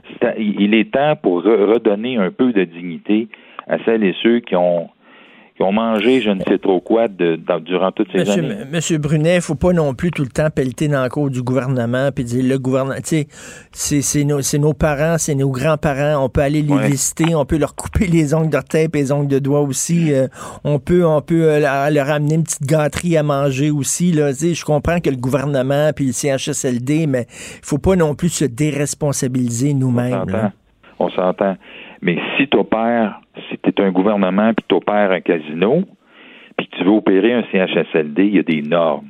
Il est temps pour redonner un peu de dignité à celles et ceux qui ont mangé je ne sais trop quoi durant toutes ces années. Monsieur Brunet, il ne faut pas non plus tout le temps pelleter dans le cours du gouvernement puis dire le gouvernement, tu sais, c'est nos parents, c'est nos grands-parents, on peut aller les visiter, on peut leur couper les ongles d'orteil et les ongles de doigts aussi, on peut leur amener une petite gâterie à manger aussi, là, tu sais, je comprends que le gouvernement puis le CHSLD, mais il faut pas non plus se déresponsabiliser nous-mêmes. On s'entend. Mais si tu opères, si tu es un gouvernement puis tu opères un casino, puis que tu veux opérer un CHSLD, il y a des normes.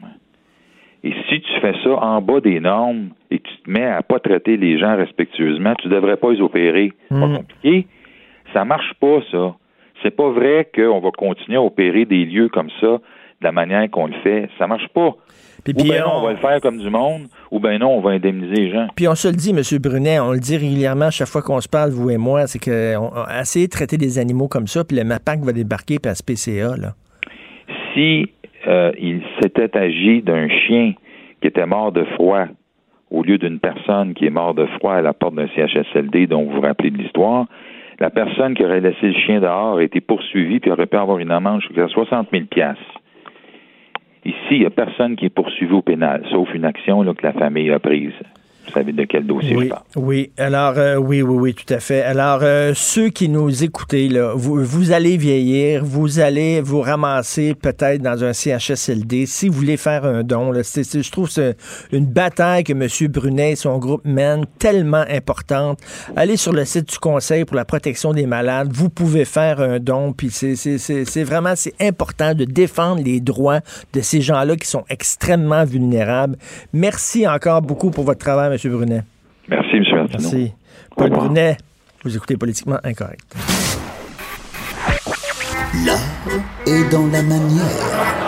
Et si tu fais ça en bas des normes et que tu te mets à pas traiter les gens respectueusement, tu devrais pas les opérer. C'est pas compliqué. Ça marche pas, ça. C'est pas vrai qu'on va continuer à opérer des lieux comme ça de la manière qu'on le fait, ça marche pas. Puis on va le faire comme du monde, ou bien non, on va indemniser les gens. Puis on se le dit, M. Brunet, on le dit régulièrement chaque fois qu'on se parle, vous et moi, c'est qu'on a essayé de traiter des animaux comme ça, puis le MAPAC va débarquer, puis la SPCA, là. Si il s'était agi d'un chien qui était mort de froid, au lieu d'une personne qui est morte de froid à la porte d'un CHSLD, dont vous vous rappelez de l'histoire, la personne qui aurait laissé le chien dehors a été poursuivie puis aurait pu avoir une amende jusqu'à 60 000 $. Ici, il n'y a personne qui est poursuivi au pénal, sauf une action là, que la famille a prise. Vous savez de quel dossier je parle. Oui. Alors, oui, tout à fait. Alors, ceux qui nous écoutez, là, vous allez vieillir, vous allez vous ramasser peut-être dans un CHSLD. Si vous voulez faire un don, là, je trouve que c'est une bataille que M. Brunet et son groupe mènent, tellement importante. Allez sur le site du Conseil pour la protection des malades. Vous pouvez faire un don, puis c'est vraiment important de défendre les droits de ces gens-là qui sont extrêmement vulnérables. Merci encore beaucoup pour votre travail, M. Brunet. Merci, M. Martineau. Merci. Paul Brunet, vous écoutez Politiquement Incorrect. L'art est dans la manière.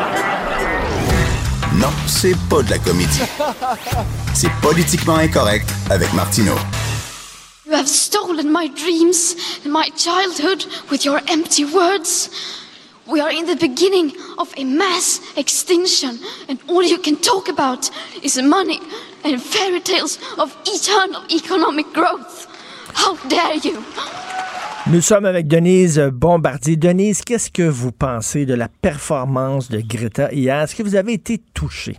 Non, c'est pas de la comédie. C'est Politiquement Incorrect avec Martineau. You have stolen my dreams and my childhood with your empty words. We are in the beginning of a mass extinction, and all you can talk about is money and fairy tales of eternal economic growth. How dare you? Nous sommes avec Denise Bombardier. Denise, qu'est-ce que vous pensez de la performance de Greta hier? Est-ce que vous avez été touchée?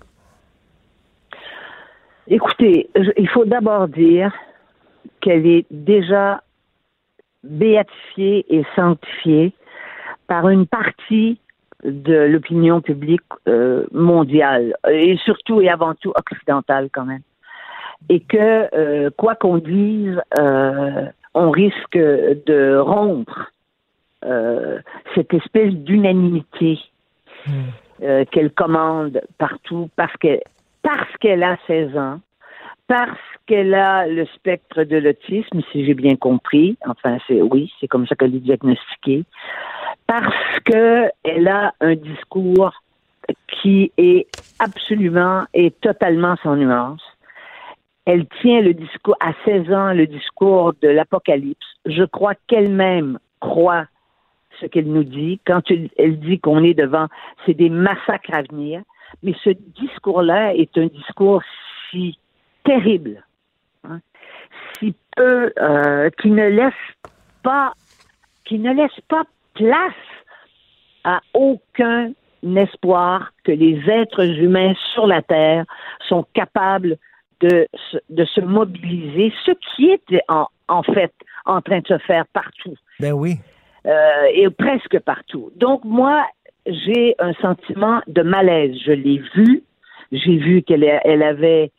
Écoutez, il faut d'abord dire qu'elle est déjà béatifiée et sanctifiée par une partie de l'opinion publique mondiale, et surtout et avant tout occidentale quand même. Et que, quoi qu'on dise, on risque de rompre cette espèce d'unanimité qu'elle commande partout parce qu'elle a 16 ans, parce qu'elle a le spectre de l'autisme, si j'ai bien compris. Enfin, c'est comme ça qu'elle est diagnostiquée. Parce qu'elle a un discours qui est absolument et totalement sans nuance. Elle tient le discours, à 16 ans, le discours de l'apocalypse. Je crois qu'elle-même croit ce qu'elle nous dit. Quand elle dit qu'on est devant, c'est des massacres à venir. Mais ce discours-là est un discours si terrible, hein, si peu, qui ne laisse pas place à aucun espoir que les êtres humains sur la Terre sont capables de se mobiliser, ce qui est en fait en train de se faire partout. Ben oui. Et presque partout. Donc moi, j'ai un sentiment de malaise. Je l'ai vu. J'ai vu qu'elle avait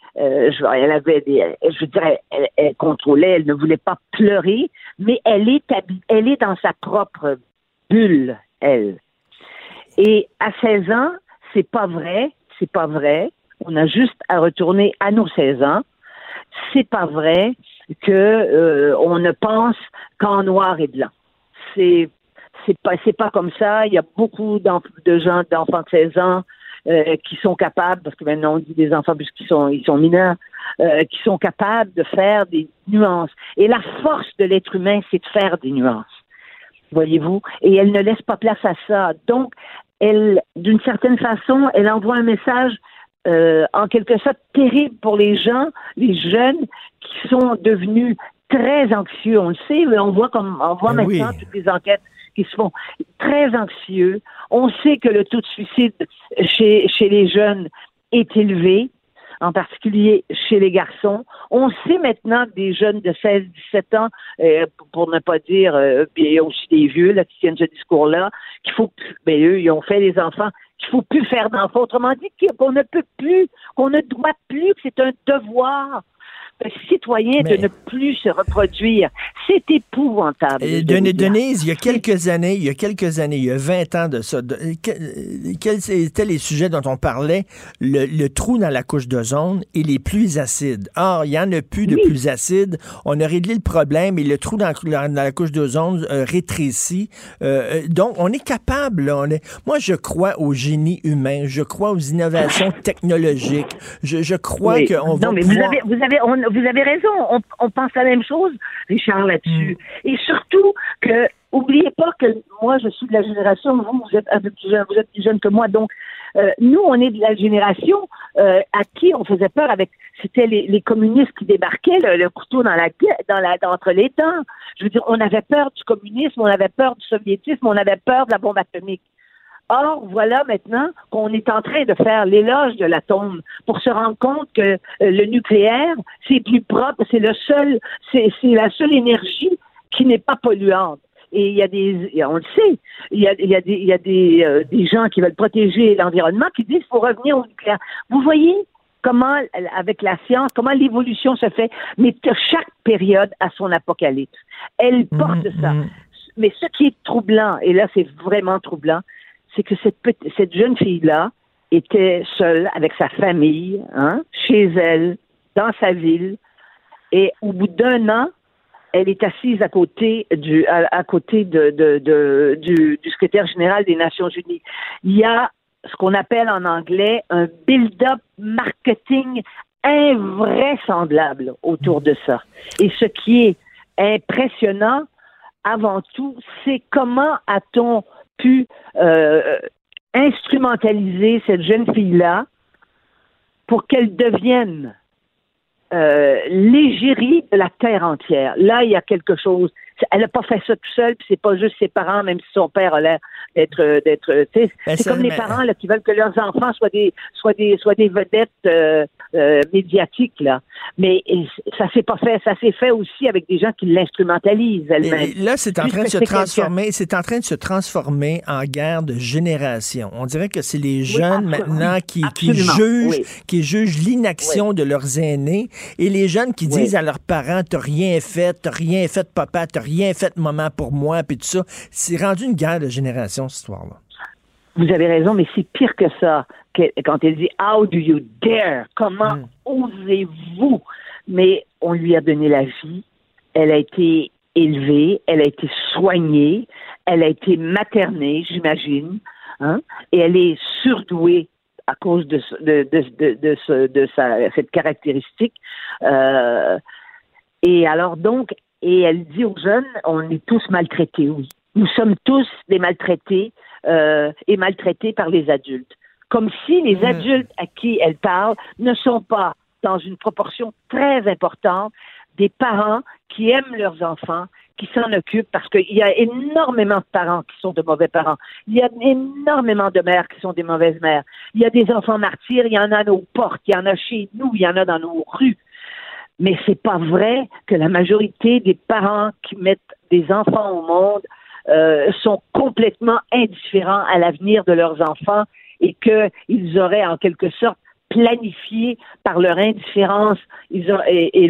elle contrôlait, elle ne voulait pas pleurer, mais elle est dans sa propre bulle, elle. Et à 16 ans, c'est pas vrai. On a juste à retourner à nos 16 ans. C'est pas vrai que on ne pense qu'en noir et blanc. C'est pas comme ça. Il y a beaucoup d'enfants de 16 ans qui sont capables, parce que maintenant on dit des enfants puisqu'ils sont mineurs, qui sont capables de faire des nuances. Et la force de l'être humain, c'est de faire des nuances. Voyez-vous? Et elle ne laisse pas place à ça. Donc, elle, d'une certaine façon, elle envoie un message en quelque sorte terrible pour les gens, les jeunes qui sont devenus très anxieux. On le sait, mais on voit maintenant toutes les enquêtes qui se font très anxieux. On sait que le taux de suicide chez les jeunes est élevé, en particulier chez les garçons. On sait maintenant que des jeunes de 16-17 ans, pour ne pas dire, il y a aussi des vieux là, qui tiennent ce discours-là, qu'il faut, eux, ils ont fait les enfants, qu'il faut plus faire d'enfants. Autrement dit, qu'on ne peut plus, qu'on ne doit plus, que c'est un devoir citoyen de ne plus se reproduire. C'est épouvantable. Denise, il y a quelques années, il y a 20 ans de ça, quels étaient les sujets dont on parlait? Le trou dans la couche d'ozone et les pluies acides. Or, il n'y en a plus de pluies acides. On a réglé le problème et le trou dans la couche d'ozone rétrécit. Donc, on est capable. Là, moi, je crois au génie humain. Je crois aux innovations technologiques. Je crois qu'on va pouvoir... Vous avez raison. On pense la même chose, Richard, là-dessus. Et surtout que, oubliez pas que moi, je suis de la génération, vous êtes un peu plus jeune, vous êtes plus jeune que moi, donc nous, on est de la génération à qui on faisait peur c'était les communistes qui débarquaient, le couteau entre les dents. Je veux dire, on avait peur du communisme, on avait peur du soviétisme, on avait peur de la bombe atomique. Or, voilà maintenant qu'on est en train de faire l'éloge de l'atome pour se rendre compte que le nucléaire, c'est plus propre, c'est la seule énergie qui n'est pas polluante. Et il y a on le sait, il y a des gens qui veulent protéger l'environnement qui disent qu'il faut revenir au nucléaire. Vous voyez comment, avec la science, comment l'évolution se fait, mais chaque période a son apocalypse. Elle porte ça. Mais ce qui est troublant, et là c'est vraiment troublant, c'est que cette jeune fille-là était seule avec sa famille, chez elle, dans sa ville, et au bout d'un an, elle est assise à côté du secrétaire général des Nations Unies. Il y a ce qu'on appelle en anglais un build-up marketing invraisemblable autour de ça. Et ce qui est impressionnant, avant tout, c'est comment a-t-on pu instrumentaliser cette jeune fille-là pour qu'elle devienne l'égérie de la terre entière. Là, il y a quelque chose. Elle n'a pas fait ça tout seul, puis c'est pas juste ses parents, même si son père a l'air d'être. C'est comme les parents là qui veulent que leurs enfants soient des vedettes médiatiques là. Mais ça s'est pas fait. Ça s'est fait aussi avec des gens qui l'instrumentalisent elles-mêmes. Là, c'est en train de se transformer. C'est en train de se transformer en guerre de génération. On dirait que c'est les jeunes maintenant qui jugent l'inaction de leurs aînés et les jeunes qui disent à leurs parents t'as rien fait papa, t'as rien fait maman pour moi, puis tout ça. C'est rendu une guerre de génération, cette histoire-là. Vous avez raison, mais c'est pire que ça. Quand elle dit « How do you dare? » Comment osez-vous? Mais on lui a donné la vie. Elle a été élevée, elle a été soignée, elle a été maternée, j'imagine, et elle est surdouée à cause de cette caractéristique. Et alors donc, et elle dit aux jeunes, on est tous maltraités, oui. Nous sommes tous des maltraités et maltraités par les adultes. Comme si les adultes à qui elle parle ne sont pas, dans une proportion très importante, des parents qui aiment leurs enfants, qui s'en occupent, parce qu'il y a énormément de parents qui sont de mauvais parents. Il y a énormément de mères qui sont des mauvaises mères. Il y a des enfants martyrs, il y en a à nos portes, il y en a chez nous, il y en a dans nos rues. Mais c'est pas vrai que la majorité des parents qui mettent des enfants au monde sont complètement indifférents à l'avenir de leurs enfants et qu'ils auraient en quelque sorte planifié par leur indifférence et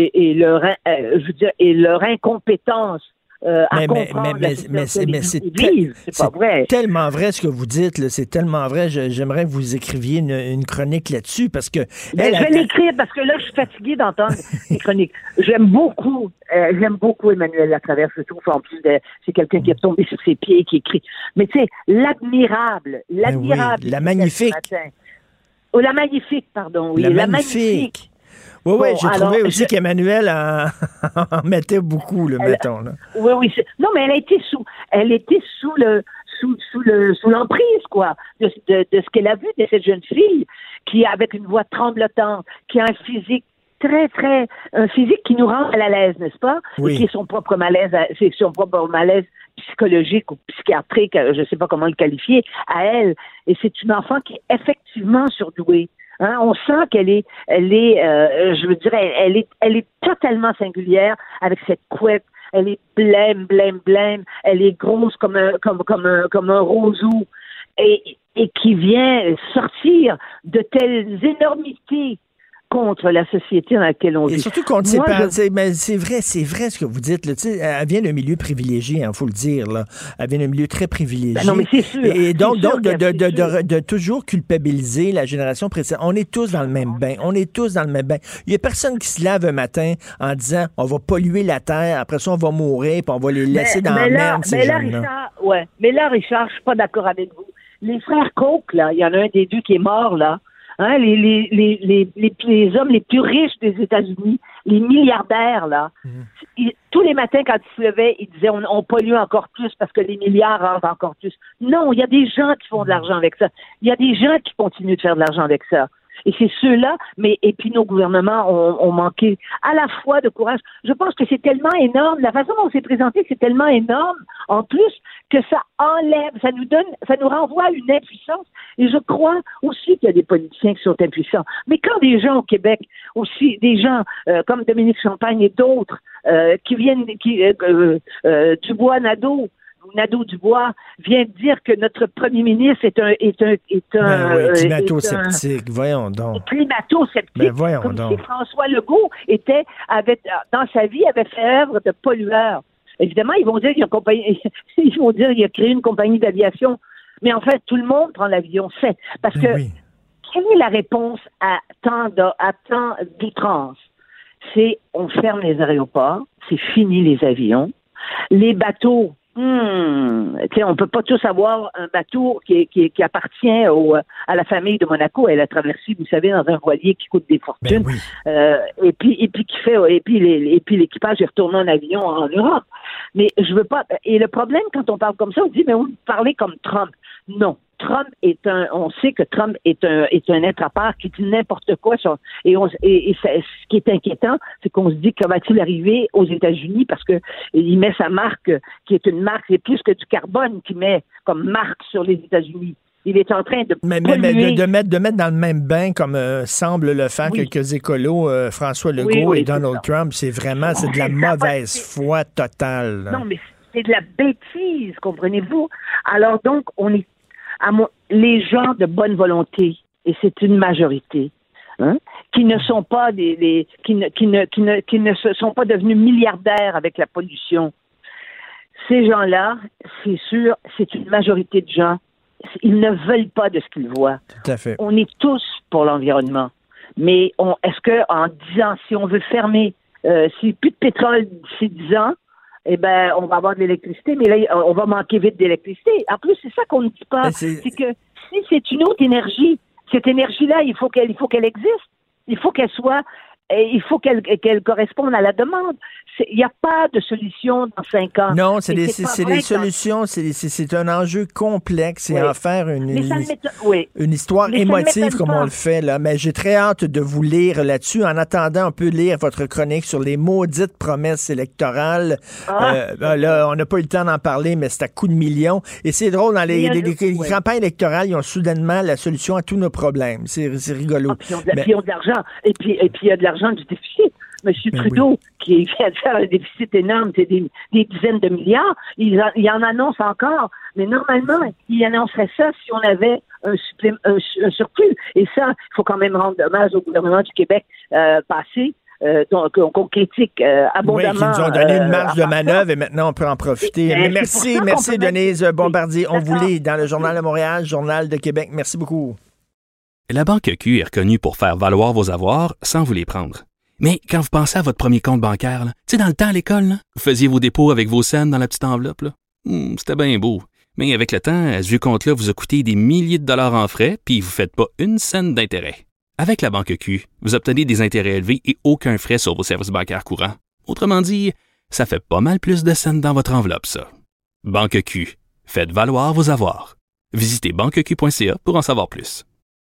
leur incompétence mais c'est tellement vrai ce que vous dites, là, c'est tellement vrai. J'aimerais que vous écriviez une chronique là-dessus parce que... je vais l'écrire parce que là, je suis fatiguée d'entendre les chroniques. J'aime beaucoup Emmanuel Latraverse, je trouve. En plus, c'est quelqu'un qui est tombé sur ses pieds et qui écrit. Mais tu sais, l'admirable. La magnifique. Oh, la magnifique, pardon. Oui, la magnifique. Oui, bon, j'ai trouvé aussi qu'Emmanuel en mettait beaucoup, mettons. Là. Oui. Non, mais elle était sous l'emprise, quoi, de ce qu'elle a vu de cette jeune fille qui, avec une voix tremblotante, qui a un physique un physique qui nous rend mal à l'aise, n'est-ce pas? Oui. Et qui est son propre malaise, psychologique ou psychiatrique, je ne sais pas comment le qualifier, à elle. Et c'est une enfant qui est effectivement surdouée. On sent qu'elle est, elle est totalement singulière avec cette couette. Elle est blême. Elle est grosse comme un roseau et qui vient sortir de telles énormités contre la société dans laquelle on vit. Et surtout contre ses parents. Mais c'est vrai ce que vous dites. Là. Elle vient d'un milieu privilégié, faut le dire. Là. Elle vient d'un milieu très privilégié. Ben non, mais c'est sûr. Et donc de toujours culpabiliser la génération précédente. On est tous dans le même bain. Il n'y a personne qui se lave un matin en disant on va polluer la terre, après ça on va mourir, puis on va les laisser dans la merde, ces jeunes-là. Mais là, Richard, je suis pas d'accord avec vous. Les frères Koch, là, il y en a un des deux qui est mort, là. Hein, les hommes les plus riches des États-Unis, les milliardaires, là, tous les matins, quand ils se levaient, ils disaient on pollue encore plus parce que les milliards rentrent encore plus. Non, il y a des gens qui font de l'argent avec ça. Il y a des gens qui continuent de faire de l'argent avec ça. Et c'est ceux-là, et puis nos gouvernements ont manqué à la fois de courage. Je pense que c'est tellement énorme, la façon dont c'est présenté, c'est tellement énorme, en plus, que ça enlève, ça nous renvoie à une impuissance. Et je crois aussi qu'il y a des politiciens qui sont impuissants. Mais quand des gens au Québec, aussi, des gens comme Dominique Champagne et d'autres, qui viennent, Nadeau-Dubois vient de dire que notre premier ministre est un climato-sceptique. Voyons donc. Climato-sceptique. Ben voyons comme donc. si François Legault dans sa vie, avait fait œuvre de pollueur. Évidemment, ils vont dire qu'il a créé une compagnie d'aviation. Mais en fait, tout le monde prend l'avion, c'est. Parce que quelle est la réponse à tant d'outrance? C'est on ferme les aéroports, c'est fini les avions. Les bateaux, on peut pas tous avoir un bateau qui appartient à la famille de Monaco. Elle a traversé, vous savez, dans un voilier qui coûte des fortunes. Et puis l'équipage est retourné en avion en Europe. Mais je veux pas. Et le problème, quand on parle comme ça, on dit mais vous parlez comme Trump. Non. On sait que Trump est un être à part qui dit n'importe quoi. Et ce qui est inquiétant, c'est qu'on se dit que va-t-il arriver aux États-Unis parce que il met sa marque, qui est une marque, c'est plus que du carbone qu'il met comme marque sur les États-Unis. Il est en train de polluer. de mettre dans le même bain comme semblent le faire quelques écolos, François Legault et Donald Trump, c'est de la mauvaise foi totale. Non, mais c'est de la bêtise, comprenez-vous? Alors donc, on est les gens de bonne volonté, et c'est une majorité, qui ne sont pas qui ne se sont pas devenus milliardaires avec la pollution. Ces gens-là, c'est sûr, c'est une majorité de gens. Ils ne veulent pas de ce qu'ils voient. Tout à fait. On est tous pour l'environnement. Mais est-ce qu'en 10 ans, si on veut fermer, s'il n'y a plus de pétrole d'ici 10 ans, on va avoir de l'électricité, mais là, on va manquer vite d'électricité. En plus, c'est ça qu'on ne dit pas. C'est que si c'est une autre énergie, cette énergie-là, il faut qu'elle existe. Il faut qu'elle soit... Il faut qu'elle corresponde à la demande. Il n'y a pas de solution dans 5 ans. Non, c'est des solutions. C'est un enjeu complexe et en faire une histoire émotive comme on le fait là. Mais j'ai très hâte de vous lire là-dessus. En attendant, on peut lire votre chronique sur les maudites promesses électorales. Là, on n'a pas eu le temps d'en parler, mais c'est à coups de millions. Et c'est drôle, dans les campagnes électorales, ils ont soudainement la solution à tous nos problèmes. C'est rigolo. Puis ils ont de l'argent. Et puis il y a de l'argent du déficit. M. Trudeau, qui vient de faire un déficit énorme, c'est des dizaines de milliards, il en annonce encore. Mais normalement, il annoncerait ça si on avait un surplus. Et ça, il faut quand même rendre hommage au gouvernement du Québec passé, qu'on critique abondamment. Oui, qui nous ont donné une marge de manœuvre et maintenant on peut en profiter. Mais merci Denise Bombardier. On vous lit dans le Journal de Montréal, Journal de Québec. Merci beaucoup. La Banque Q est reconnue pour faire valoir vos avoirs sans vous les prendre. Mais quand vous pensez à votre premier compte bancaire, tu sais, dans le temps à l'école, vous faisiez vos dépôts avec vos scènes dans la petite enveloppe. C'était bien beau. Mais avec le temps, ce vieux compte-là vous a coûté des milliers de dollars en frais, puis vous ne faites pas une scène d'intérêt. Avec la Banque Q, vous obtenez des intérêts élevés et aucun frais sur vos services bancaires courants. Autrement dit, ça fait pas mal plus de scènes dans votre enveloppe, ça. Banque Q. Faites valoir vos avoirs. Visitez banqueq.ca pour en savoir plus.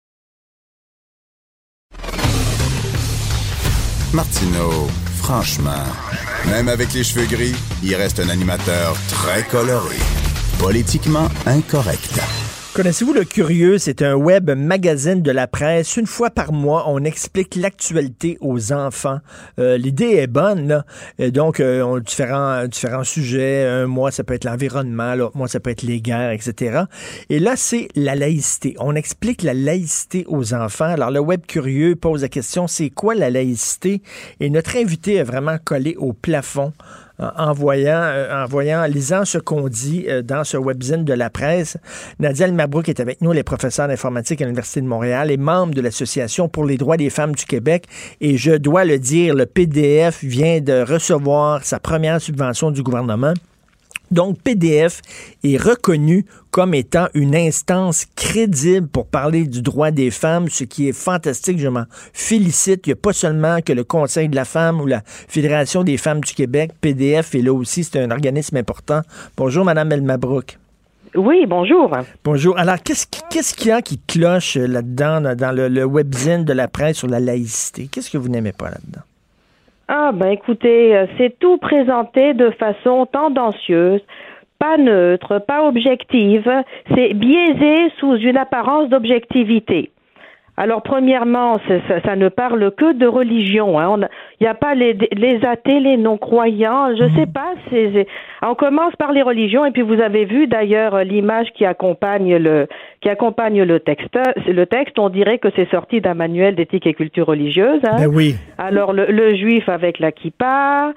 Martineau, franchement, même avec les cheveux gris, il reste un animateur très coloré, politiquement incorrect. Connaissez-vous Le Curieux? C'est un web magazine de la presse. Une fois par mois, on explique l'actualité aux enfants. L'idée est bonne, là. Et donc, on a différents sujets. Un mois, ça peut être l'environnement. L'autre mois, ça peut être les guerres, etc. Et là, c'est la laïcité. On explique la laïcité aux enfants. Alors, le web Curieux pose la question, c'est quoi la laïcité? Et notre invité est vraiment collé au plafond en lisant ce qu'on dit dans ce webzine de la presse. Nadia El-Mabrouk est avec nous, elle est professeure d'informatique à l'Université de Montréal et membre de l'Association pour les droits des femmes du Québec. Et je dois le dire, le PDF vient de recevoir sa première subvention du gouvernement. Donc, PDF est reconnu comme étant une instance crédible pour parler du droit des femmes, ce qui est fantastique. Je m'en félicite. Il n'y a pas seulement que le Conseil de la femme ou la Fédération des femmes du Québec. PDF est là aussi. C'est un organisme important. Bonjour, Madame El-Mabrouk. Oui, bonjour. Bonjour. Alors, qu'est-ce qu'il y a qui cloche là-dedans, dans le webzine de la presse sur la laïcité? Qu'est-ce que vous n'aimez pas là-dedans? Ah, ben écoutez, c'est tout présenté de façon tendancieuse, pas neutre, pas objective, c'est biaisé sous une apparence d'objectivité. Alors, premièrement, ça ne parle que de religion. Il n'y a pas les athées, les non-croyants. Je sais pas. On commence par les religions, et puis vous avez vu d'ailleurs l'image qui accompagne le texte. Le texte, on dirait que c'est sorti d'un manuel d'éthique et culture religieuse. Ben oui. Alors, le juif avec la kippa.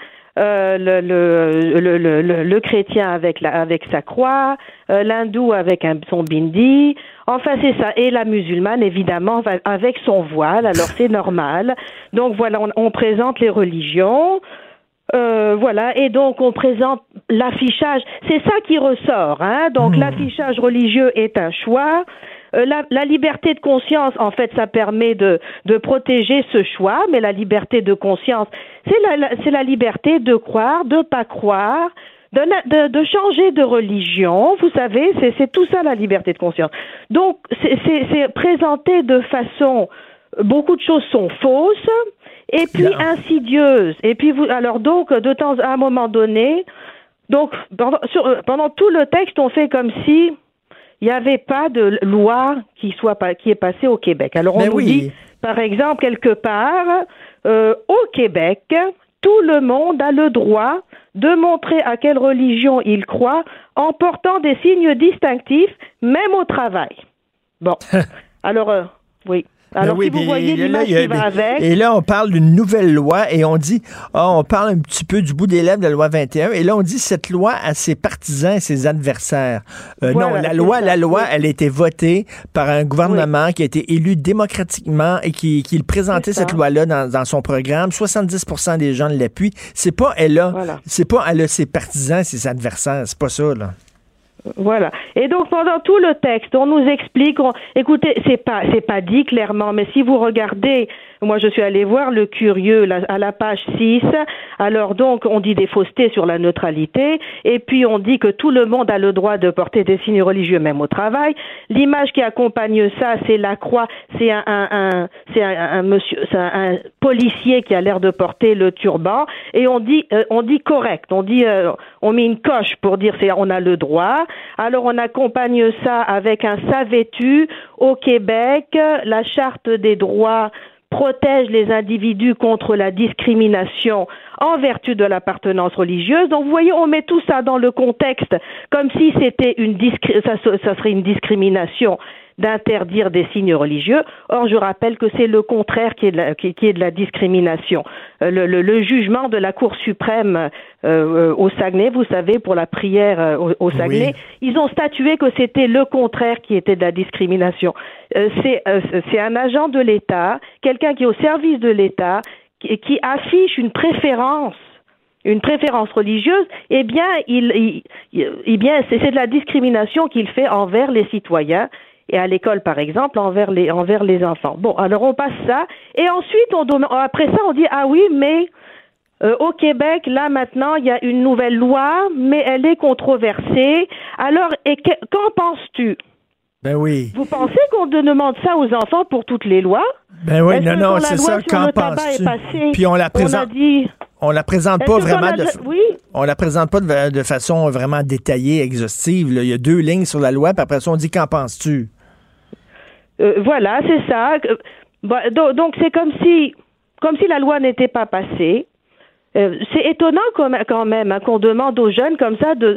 Le chrétien avec sa croix, l'hindou avec son bindi, enfin c'est ça, et la musulmane évidemment avec son voile, alors c'est normal. Donc voilà, on présente les religions, voilà, et donc on présente l'affichage, c'est ça qui ressort, hein. Donc l'affichage religieux est un choix. La liberté de conscience, en fait, ça permet de protéger ce choix, mais la liberté de conscience, c'est la liberté de croire, de pas croire, de changer de religion. Vous savez, c'est tout ça la liberté de conscience. Donc, c'est présenté de façon, beaucoup de choses sont fausses et puis insidieuses. Et puis donc, à un moment donné, donc pendant tout le texte, on fait comme si il n'y avait pas de loi qui est passée au Québec. Alors, on nous dit, par exemple, quelque part, au Québec, tout le monde a le droit de montrer à quelle religion il croit en portant des signes distinctifs, même au travail. Bon. Alors, oui. Alors, si vous voyez l'image qui va avec... Et là, on parle d'une nouvelle loi et on dit, on parle un petit peu du bout des lèvres de la loi 21, et là, on dit cette loi a ses partisans et ses adversaires. Voilà, non, la loi, elle a été votée par un gouvernement qui a été élu démocratiquement et qui présentait cette loi-là dans son programme. 70% des gens l'appuient. C'est pas elle a ses partisans et ses adversaires. C'est pas ça, là. Voilà. Et donc, pendant tout le texte, on nous explique, écoutez, c'est pas dit clairement, mais si vous regardez, moi je suis allée voir Le Curieux à la page 6, alors donc on dit des faussetés sur la neutralité, et puis on dit que tout le monde a le droit de porter des signes religieux même au travail. L'image qui accompagne ça, c'est la croix, c'est un policier qui a l'air de porter le turban, et on dit correct, on met une coche pour dire on a le droit. Alors on accompagne ça avec un savais-tu au Québec, la charte des droits protège les individus contre la discrimination en vertu de l'appartenance religieuse. Donc vous voyez, on met tout ça dans le contexte comme si c'était ça serait une discrimination d'interdire des signes religieux. Or, je rappelle que c'est le contraire qui est de la discrimination. Le jugement de la Cour suprême au Saguenay, vous savez, pour la prière au Saguenay, ils ont statué que c'était le contraire qui était de la discrimination. C'est un agent de l'État, quelqu'un qui est au service de l'État, qui affiche une préférence religieuse, eh bien, c'est de la discrimination qu'il fait envers les citoyens. Et à l'école, par exemple, envers les enfants. Bon, alors on passe ça, et ensuite, après ça, on dit, ah oui, mais au Québec, là, maintenant, il y a une nouvelle loi, mais elle est controversée. Alors, qu'en penses-tu? Ben oui. Vous pensez qu'on demande ça aux enfants pour toutes les lois? Ben oui, non, c'est ça. Qu'en penses-tu? Puis on la présente. On la présente pas vraiment on la présente pas de façon vraiment détaillée, exhaustive. Là. Il y a 2 lignes sur la loi, puis après ça, on dit qu'en penses-tu? Voilà, c'est ça. Donc c'est comme si la loi n'était pas passée. C'est étonnant quand même hein, qu'on demande aux jeunes comme ça de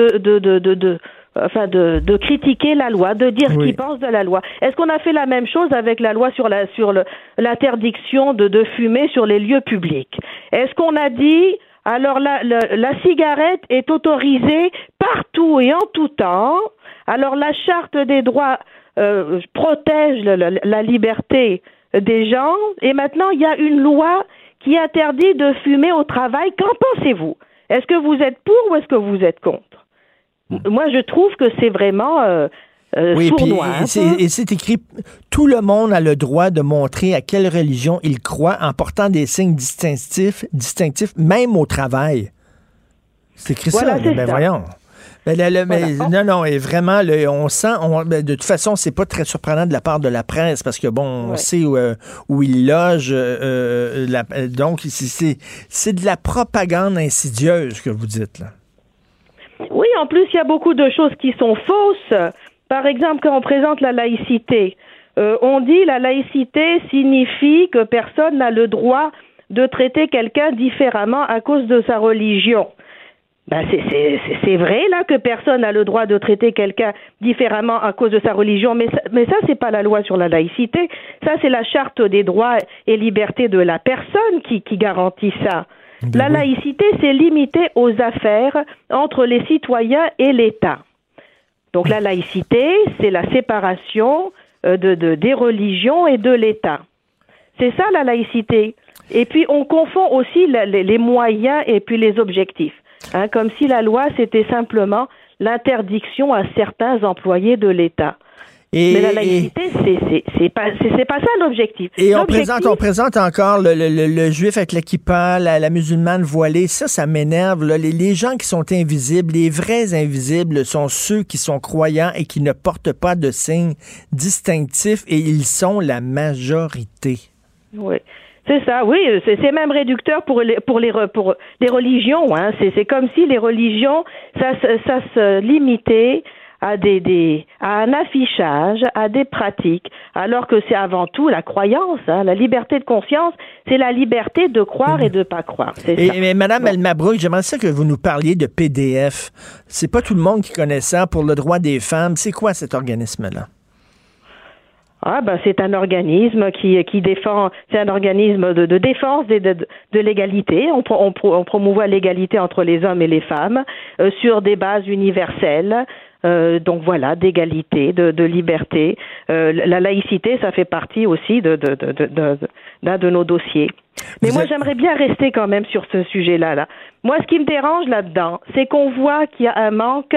critiquer la loi, de dire ce qu'ils pensent de la loi. Est-ce qu'on a fait la même chose avec la loi sur l'interdiction de fumer sur les lieux publics? Est-ce qu'on a dit, alors la cigarette est autorisée partout et en tout temps, alors la charte des droits protège la liberté des gens, et maintenant il y a une loi qui interdit de fumer au travail. Qu'en pensez-vous? Est-ce que vous êtes pour ou est-ce que vous êtes contre? Moi, je trouve que c'est vraiment sournois. Et c'est écrit, tout le monde a le droit de montrer à quelle religion il croit en portant des signes distinctifs même au travail. C'est écrit ça. Ben voyons. Non, et vraiment, on sent, de toute façon, c'est pas très surprenant de la part de la presse, parce que, on sait où il loge, donc c'est de la propagande insidieuse que vous dites, là. Oui, en plus, il y a beaucoup de choses qui sont fausses. Par exemple, quand on présente la laïcité, on dit la laïcité signifie que personne n'a le droit de traiter quelqu'un différemment à cause de sa religion. Ben c'est vrai là que personne n'a le droit de traiter quelqu'un différemment à cause de sa religion, mais ça c'est pas la loi sur la laïcité, ça c'est la charte des droits et libertés de la personne qui garantit ça. La laïcité c'est limité aux affaires entre les citoyens et l'État. Donc la laïcité c'est la séparation des religions et de l'État. C'est ça la laïcité. Et puis on confond aussi les moyens et puis les objectifs. Hein, comme si la loi, c'était simplement l'interdiction à certains employés de l'État. Mais la laïcité, c'est pas ça l'objectif. Et on présente encore le juif avec le kippa, la musulmane voilée. Ça m'énerve. Là. Les gens qui sont invisibles, les vrais invisibles, sont ceux qui sont croyants et qui ne portent pas de signes distinctifs, et ils sont la majorité. Oui. C'est ça, oui, c'est même réducteur pour les religions. Hein. C'est comme si les religions, ça se limitait à un affichage, à des pratiques, alors que c'est avant tout la croyance. Hein. La liberté de conscience, c'est la liberté de croire et de pas croire. Mais Mme El-Mabrouk, j'aimerais ça que vous nous parliez de PDF. C'est pas tout le monde qui connaît ça pour le droit des femmes. C'est quoi cet organisme-là? C'est un organisme qui défend, c'est un organisme de défense de l'égalité. On promouvoit l'égalité entre les hommes et les femmes sur des bases universelles. Donc voilà, d'égalité, de liberté. La laïcité, ça fait partie aussi d'un de nos dossiers. Mais moi, j'aimerais bien rester quand même sur ce sujet-là. Là. Moi, ce qui me dérange là-dedans, c'est qu'on voit qu'il y a un manque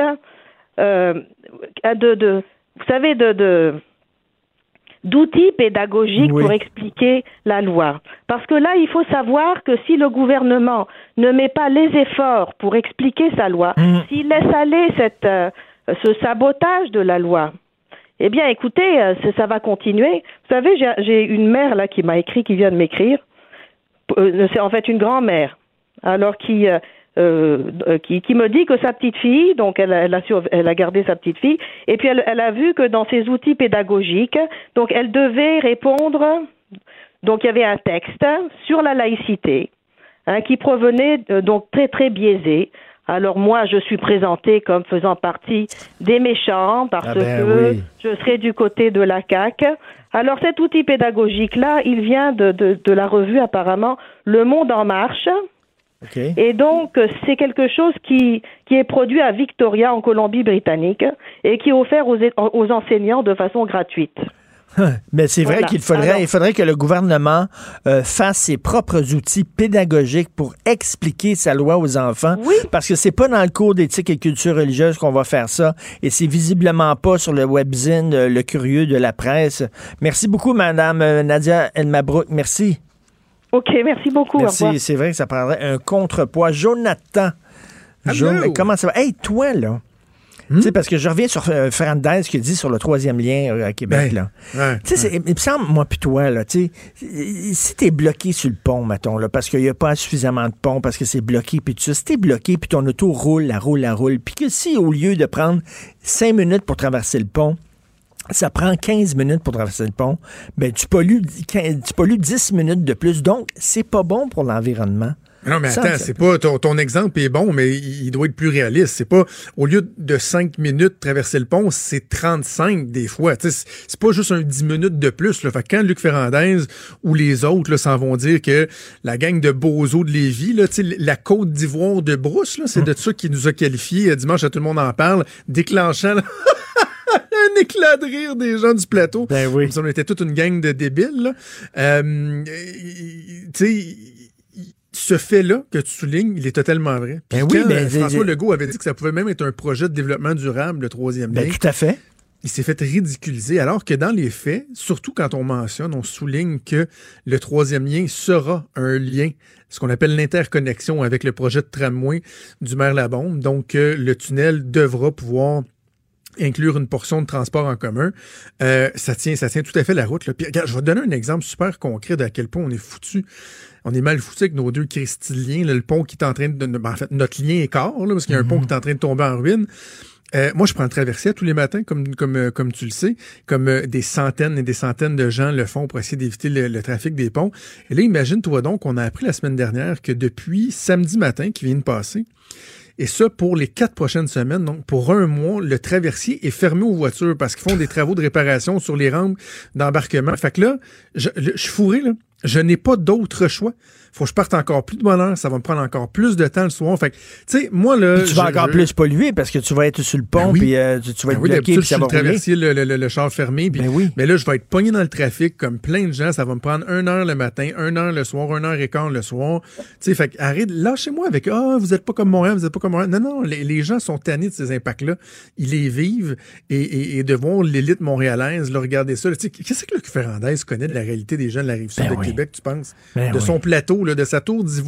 vous savez, d'outils pédagogiques pour expliquer la loi. Parce que là, il faut savoir que si le gouvernement ne met pas les efforts pour expliquer sa loi, s'il laisse aller ce sabotage de la loi, eh bien, écoutez, ça va continuer. Vous savez, j'ai une mère là qui vient de m'écrire. C'est en fait une grand-mère. Alors qui me dit que sa petite fille, donc elle a gardé sa petite fille, et puis elle a vu que dans ses outils pédagogiques, donc elle devait répondre, donc il y avait un texte sur la laïcité, qui provenait donc très très biaisé. Alors moi, je suis présentée comme faisant partie des méchants parce que je serai du côté de la CAQ. Alors cet outil pédagogique-là, il vient de la revue apparemment Le Monde en Marche. Okay. Et donc, c'est quelque chose qui est produit à Victoria, en Colombie-Britannique, et qui est offert aux enseignants de façon gratuite. Mais c'est vrai qu'il faudrait que le gouvernement fasse ses propres outils pédagogiques pour expliquer sa loi aux enfants, parce que c'est pas dans le cours d'éthique et culture religieuse qu'on va faire ça, et c'est visiblement pas sur le webzine Le Curieux de la presse. Merci beaucoup, Madame Nadia El-Mabrouk. Merci. OK, merci beaucoup. Merci, c'est vrai que ça prendrait un contrepoids. Jonathan, comment ça va? Hey, toi, là, Tu sais, parce que je reviens sur Ferrandez qui dit sur le 3e lien à Québec, là. Tu sais, il me semble, moi puis toi, là, tu sais, si t'es bloqué sur le pont, mettons, là, parce qu'il n'y a pas suffisamment de pont, parce que c'est bloqué, puis tout ça, si t'es bloqué, puis ton auto roule, puis que si, au lieu de prendre 5 minutes pour traverser le pont, ça prend 15 minutes pour traverser le pont, ben tu pollues 10 minutes de plus, donc c'est pas bon pour l'environnement. Non, mais attends, c'est pas ton exemple est bon, mais il doit être plus réaliste. C'est pas au lieu de 5 minutes traverser le pont, c'est 35 des fois. Tu sais, c'est pas juste un 10 minutes de plus. Là. Fait que quand Luc Ferrandez ou les autres là, s'en vont dire que la gang de bozos de Lévis, là, tu sais, la Côte d'Ivoire de Brousse, là, c'est de ça qui nous a qualifiés dimanche à Tout le monde en parle, déclenchant un éclat de rire des gens du plateau. Ben oui. Comme si on était toute une gang de débiles. Tu sais, ce fait-là que tu soulignes, il est totalement vrai. Puis François Legault avait dit que ça pouvait même être un projet de développement durable, le 3e lien. Tout à fait. Il s'est fait ridiculiser, alors que dans les faits, surtout quand on souligne que le 3e lien sera un lien, ce qu'on appelle l'interconnexion avec le projet de tramway du maire Labombe. Donc, le tunnel devra pouvoir inclure une portion de transport en commun, ça tient tout à fait la route. Là. Puis, regarde, je vais te donner un exemple super concret d'à quel point on est foutu. On est mal foutu avec nos 2 Christy-liens, le pont qui est en train de... En fait, notre lien est quart, là, parce qu'il y a un pont qui est en train de tomber en ruine. Moi, je prends le traversier tous les matins, comme tu le sais, comme des centaines et des centaines de gens le font pour essayer d'éviter le trafic des ponts. Et là, imagine-toi donc qu'on a appris la semaine dernière que depuis samedi matin, qui vient de passer, et ça, pour les 4 prochaines semaines, donc pour 1 mois, le traversier est fermé aux voitures parce qu'ils font des travaux de réparation sur les rampes d'embarquement. Fait que là, je suis fourré, là. Je n'ai pas d'autre choix. Faut que je parte encore plus de bonne heure. Ça va me prendre encore plus de temps le soir. Fait que, tu sais, moi, là. Puis tu vas encore plus polluer parce que tu vas être sur le pont, puis tu vas être bloqué, puis ça va rouler. Traversier le char fermé. Puis, mais là, je vais être pogné dans le trafic comme plein de gens. Ça va me prendre 1 heure le matin, 1 heure le soir, 1 heure et quart le soir. Tu sais, fait que arrête, lâchez-moi avec vous êtes pas comme Montréal, vous êtes pas comme Montréal. Non, les gens sont tannés de ces impacts-là. Ils les vivent et de voir l'élite montréalaise, là, regarder ça. Tu sais, qu'est-ce que Luc Ferrandez connaît de la réalité des gens de la Rive-Sud de Québec, tu penses? De son plateau, là, de sa tour d'Ivoire.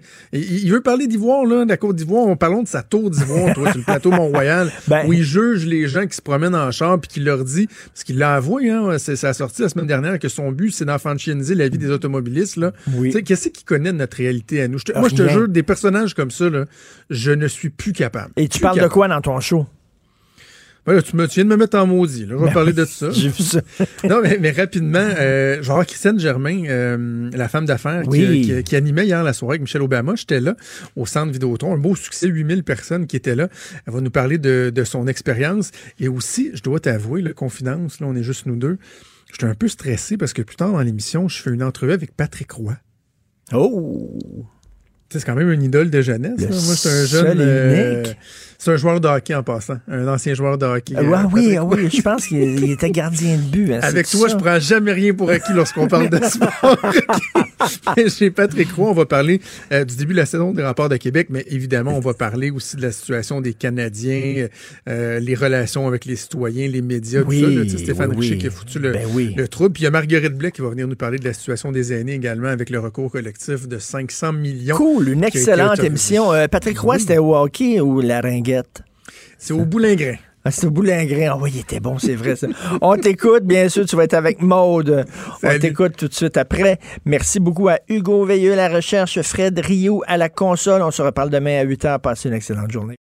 Il veut parler d'Ivoire, là, de la Côte d'Ivoire. Parlons de sa tour d'Ivoire, toi, sur le plateau Mont-Royal, où il juge les gens qui se promènent en char puis qui leur dit, parce qu'il l'a avoué, hein, ça a sorti la semaine dernière, que son but, c'est d'enfantianiser la vie des automobilistes. Là. Tu sais, qu'est-ce qu'il connaît de notre réalité à nous? Moi, je te jure, des personnages comme ça, là, je ne suis plus capable. Et tu parles de quoi dans ton show? Ben là, tu viens de me mettre en maudit. Là. Je vais parler de ça. J'ai vu ça. Non, mais rapidement, je vais avoir Christiane Germain, la femme d'affaires qui animait hier la soirée avec Michelle Obama. J'étais là au Centre Vidéotron. Un beau succès, 8000 personnes qui étaient là. Elle va nous parler de son expérience. Et aussi, je dois t'avouer, là, confidence, là, on est juste nous deux. J'étais un peu stressé parce que plus tard dans l'émission, je fais une entrevue avec Patrick Roy. Oh! C'est quand même une idole de jeunesse. Moi, c'est un jeune... c'est un joueur de hockey en passant. Un ancien joueur de hockey. Oui, je pense qu'il était gardien de but. Hein, avec toi, je prends jamais rien pour acquis lorsqu'on parle de sport. Chez Patrick Roy, on va parler du début de la saison des Remparts de Québec, mais évidemment, on va parler aussi de la situation des Canadiens, les relations avec les citoyens, les médias, tout ça. Là, Stéphane Richer qui a foutu le trouble. Puis il y a Marguerite Blais qui va venir nous parler de la situation des aînés également avec le recours collectif de 500 millions. Cool, une excellente émission. Patrick Roy, c'était au hockey ou la ringuette? C'est au Boulingrin. Ah, c'est au Boulingrin. Oh, oui, il était bon, c'est vrai, ça. On t'écoute, bien sûr, tu vas être avec Maude. On t'écoute tout de suite après. Merci beaucoup à Hugo Veilleux, la recherche, Fred Rioux à la console. On se reparle demain à 8h. Passez une excellente journée.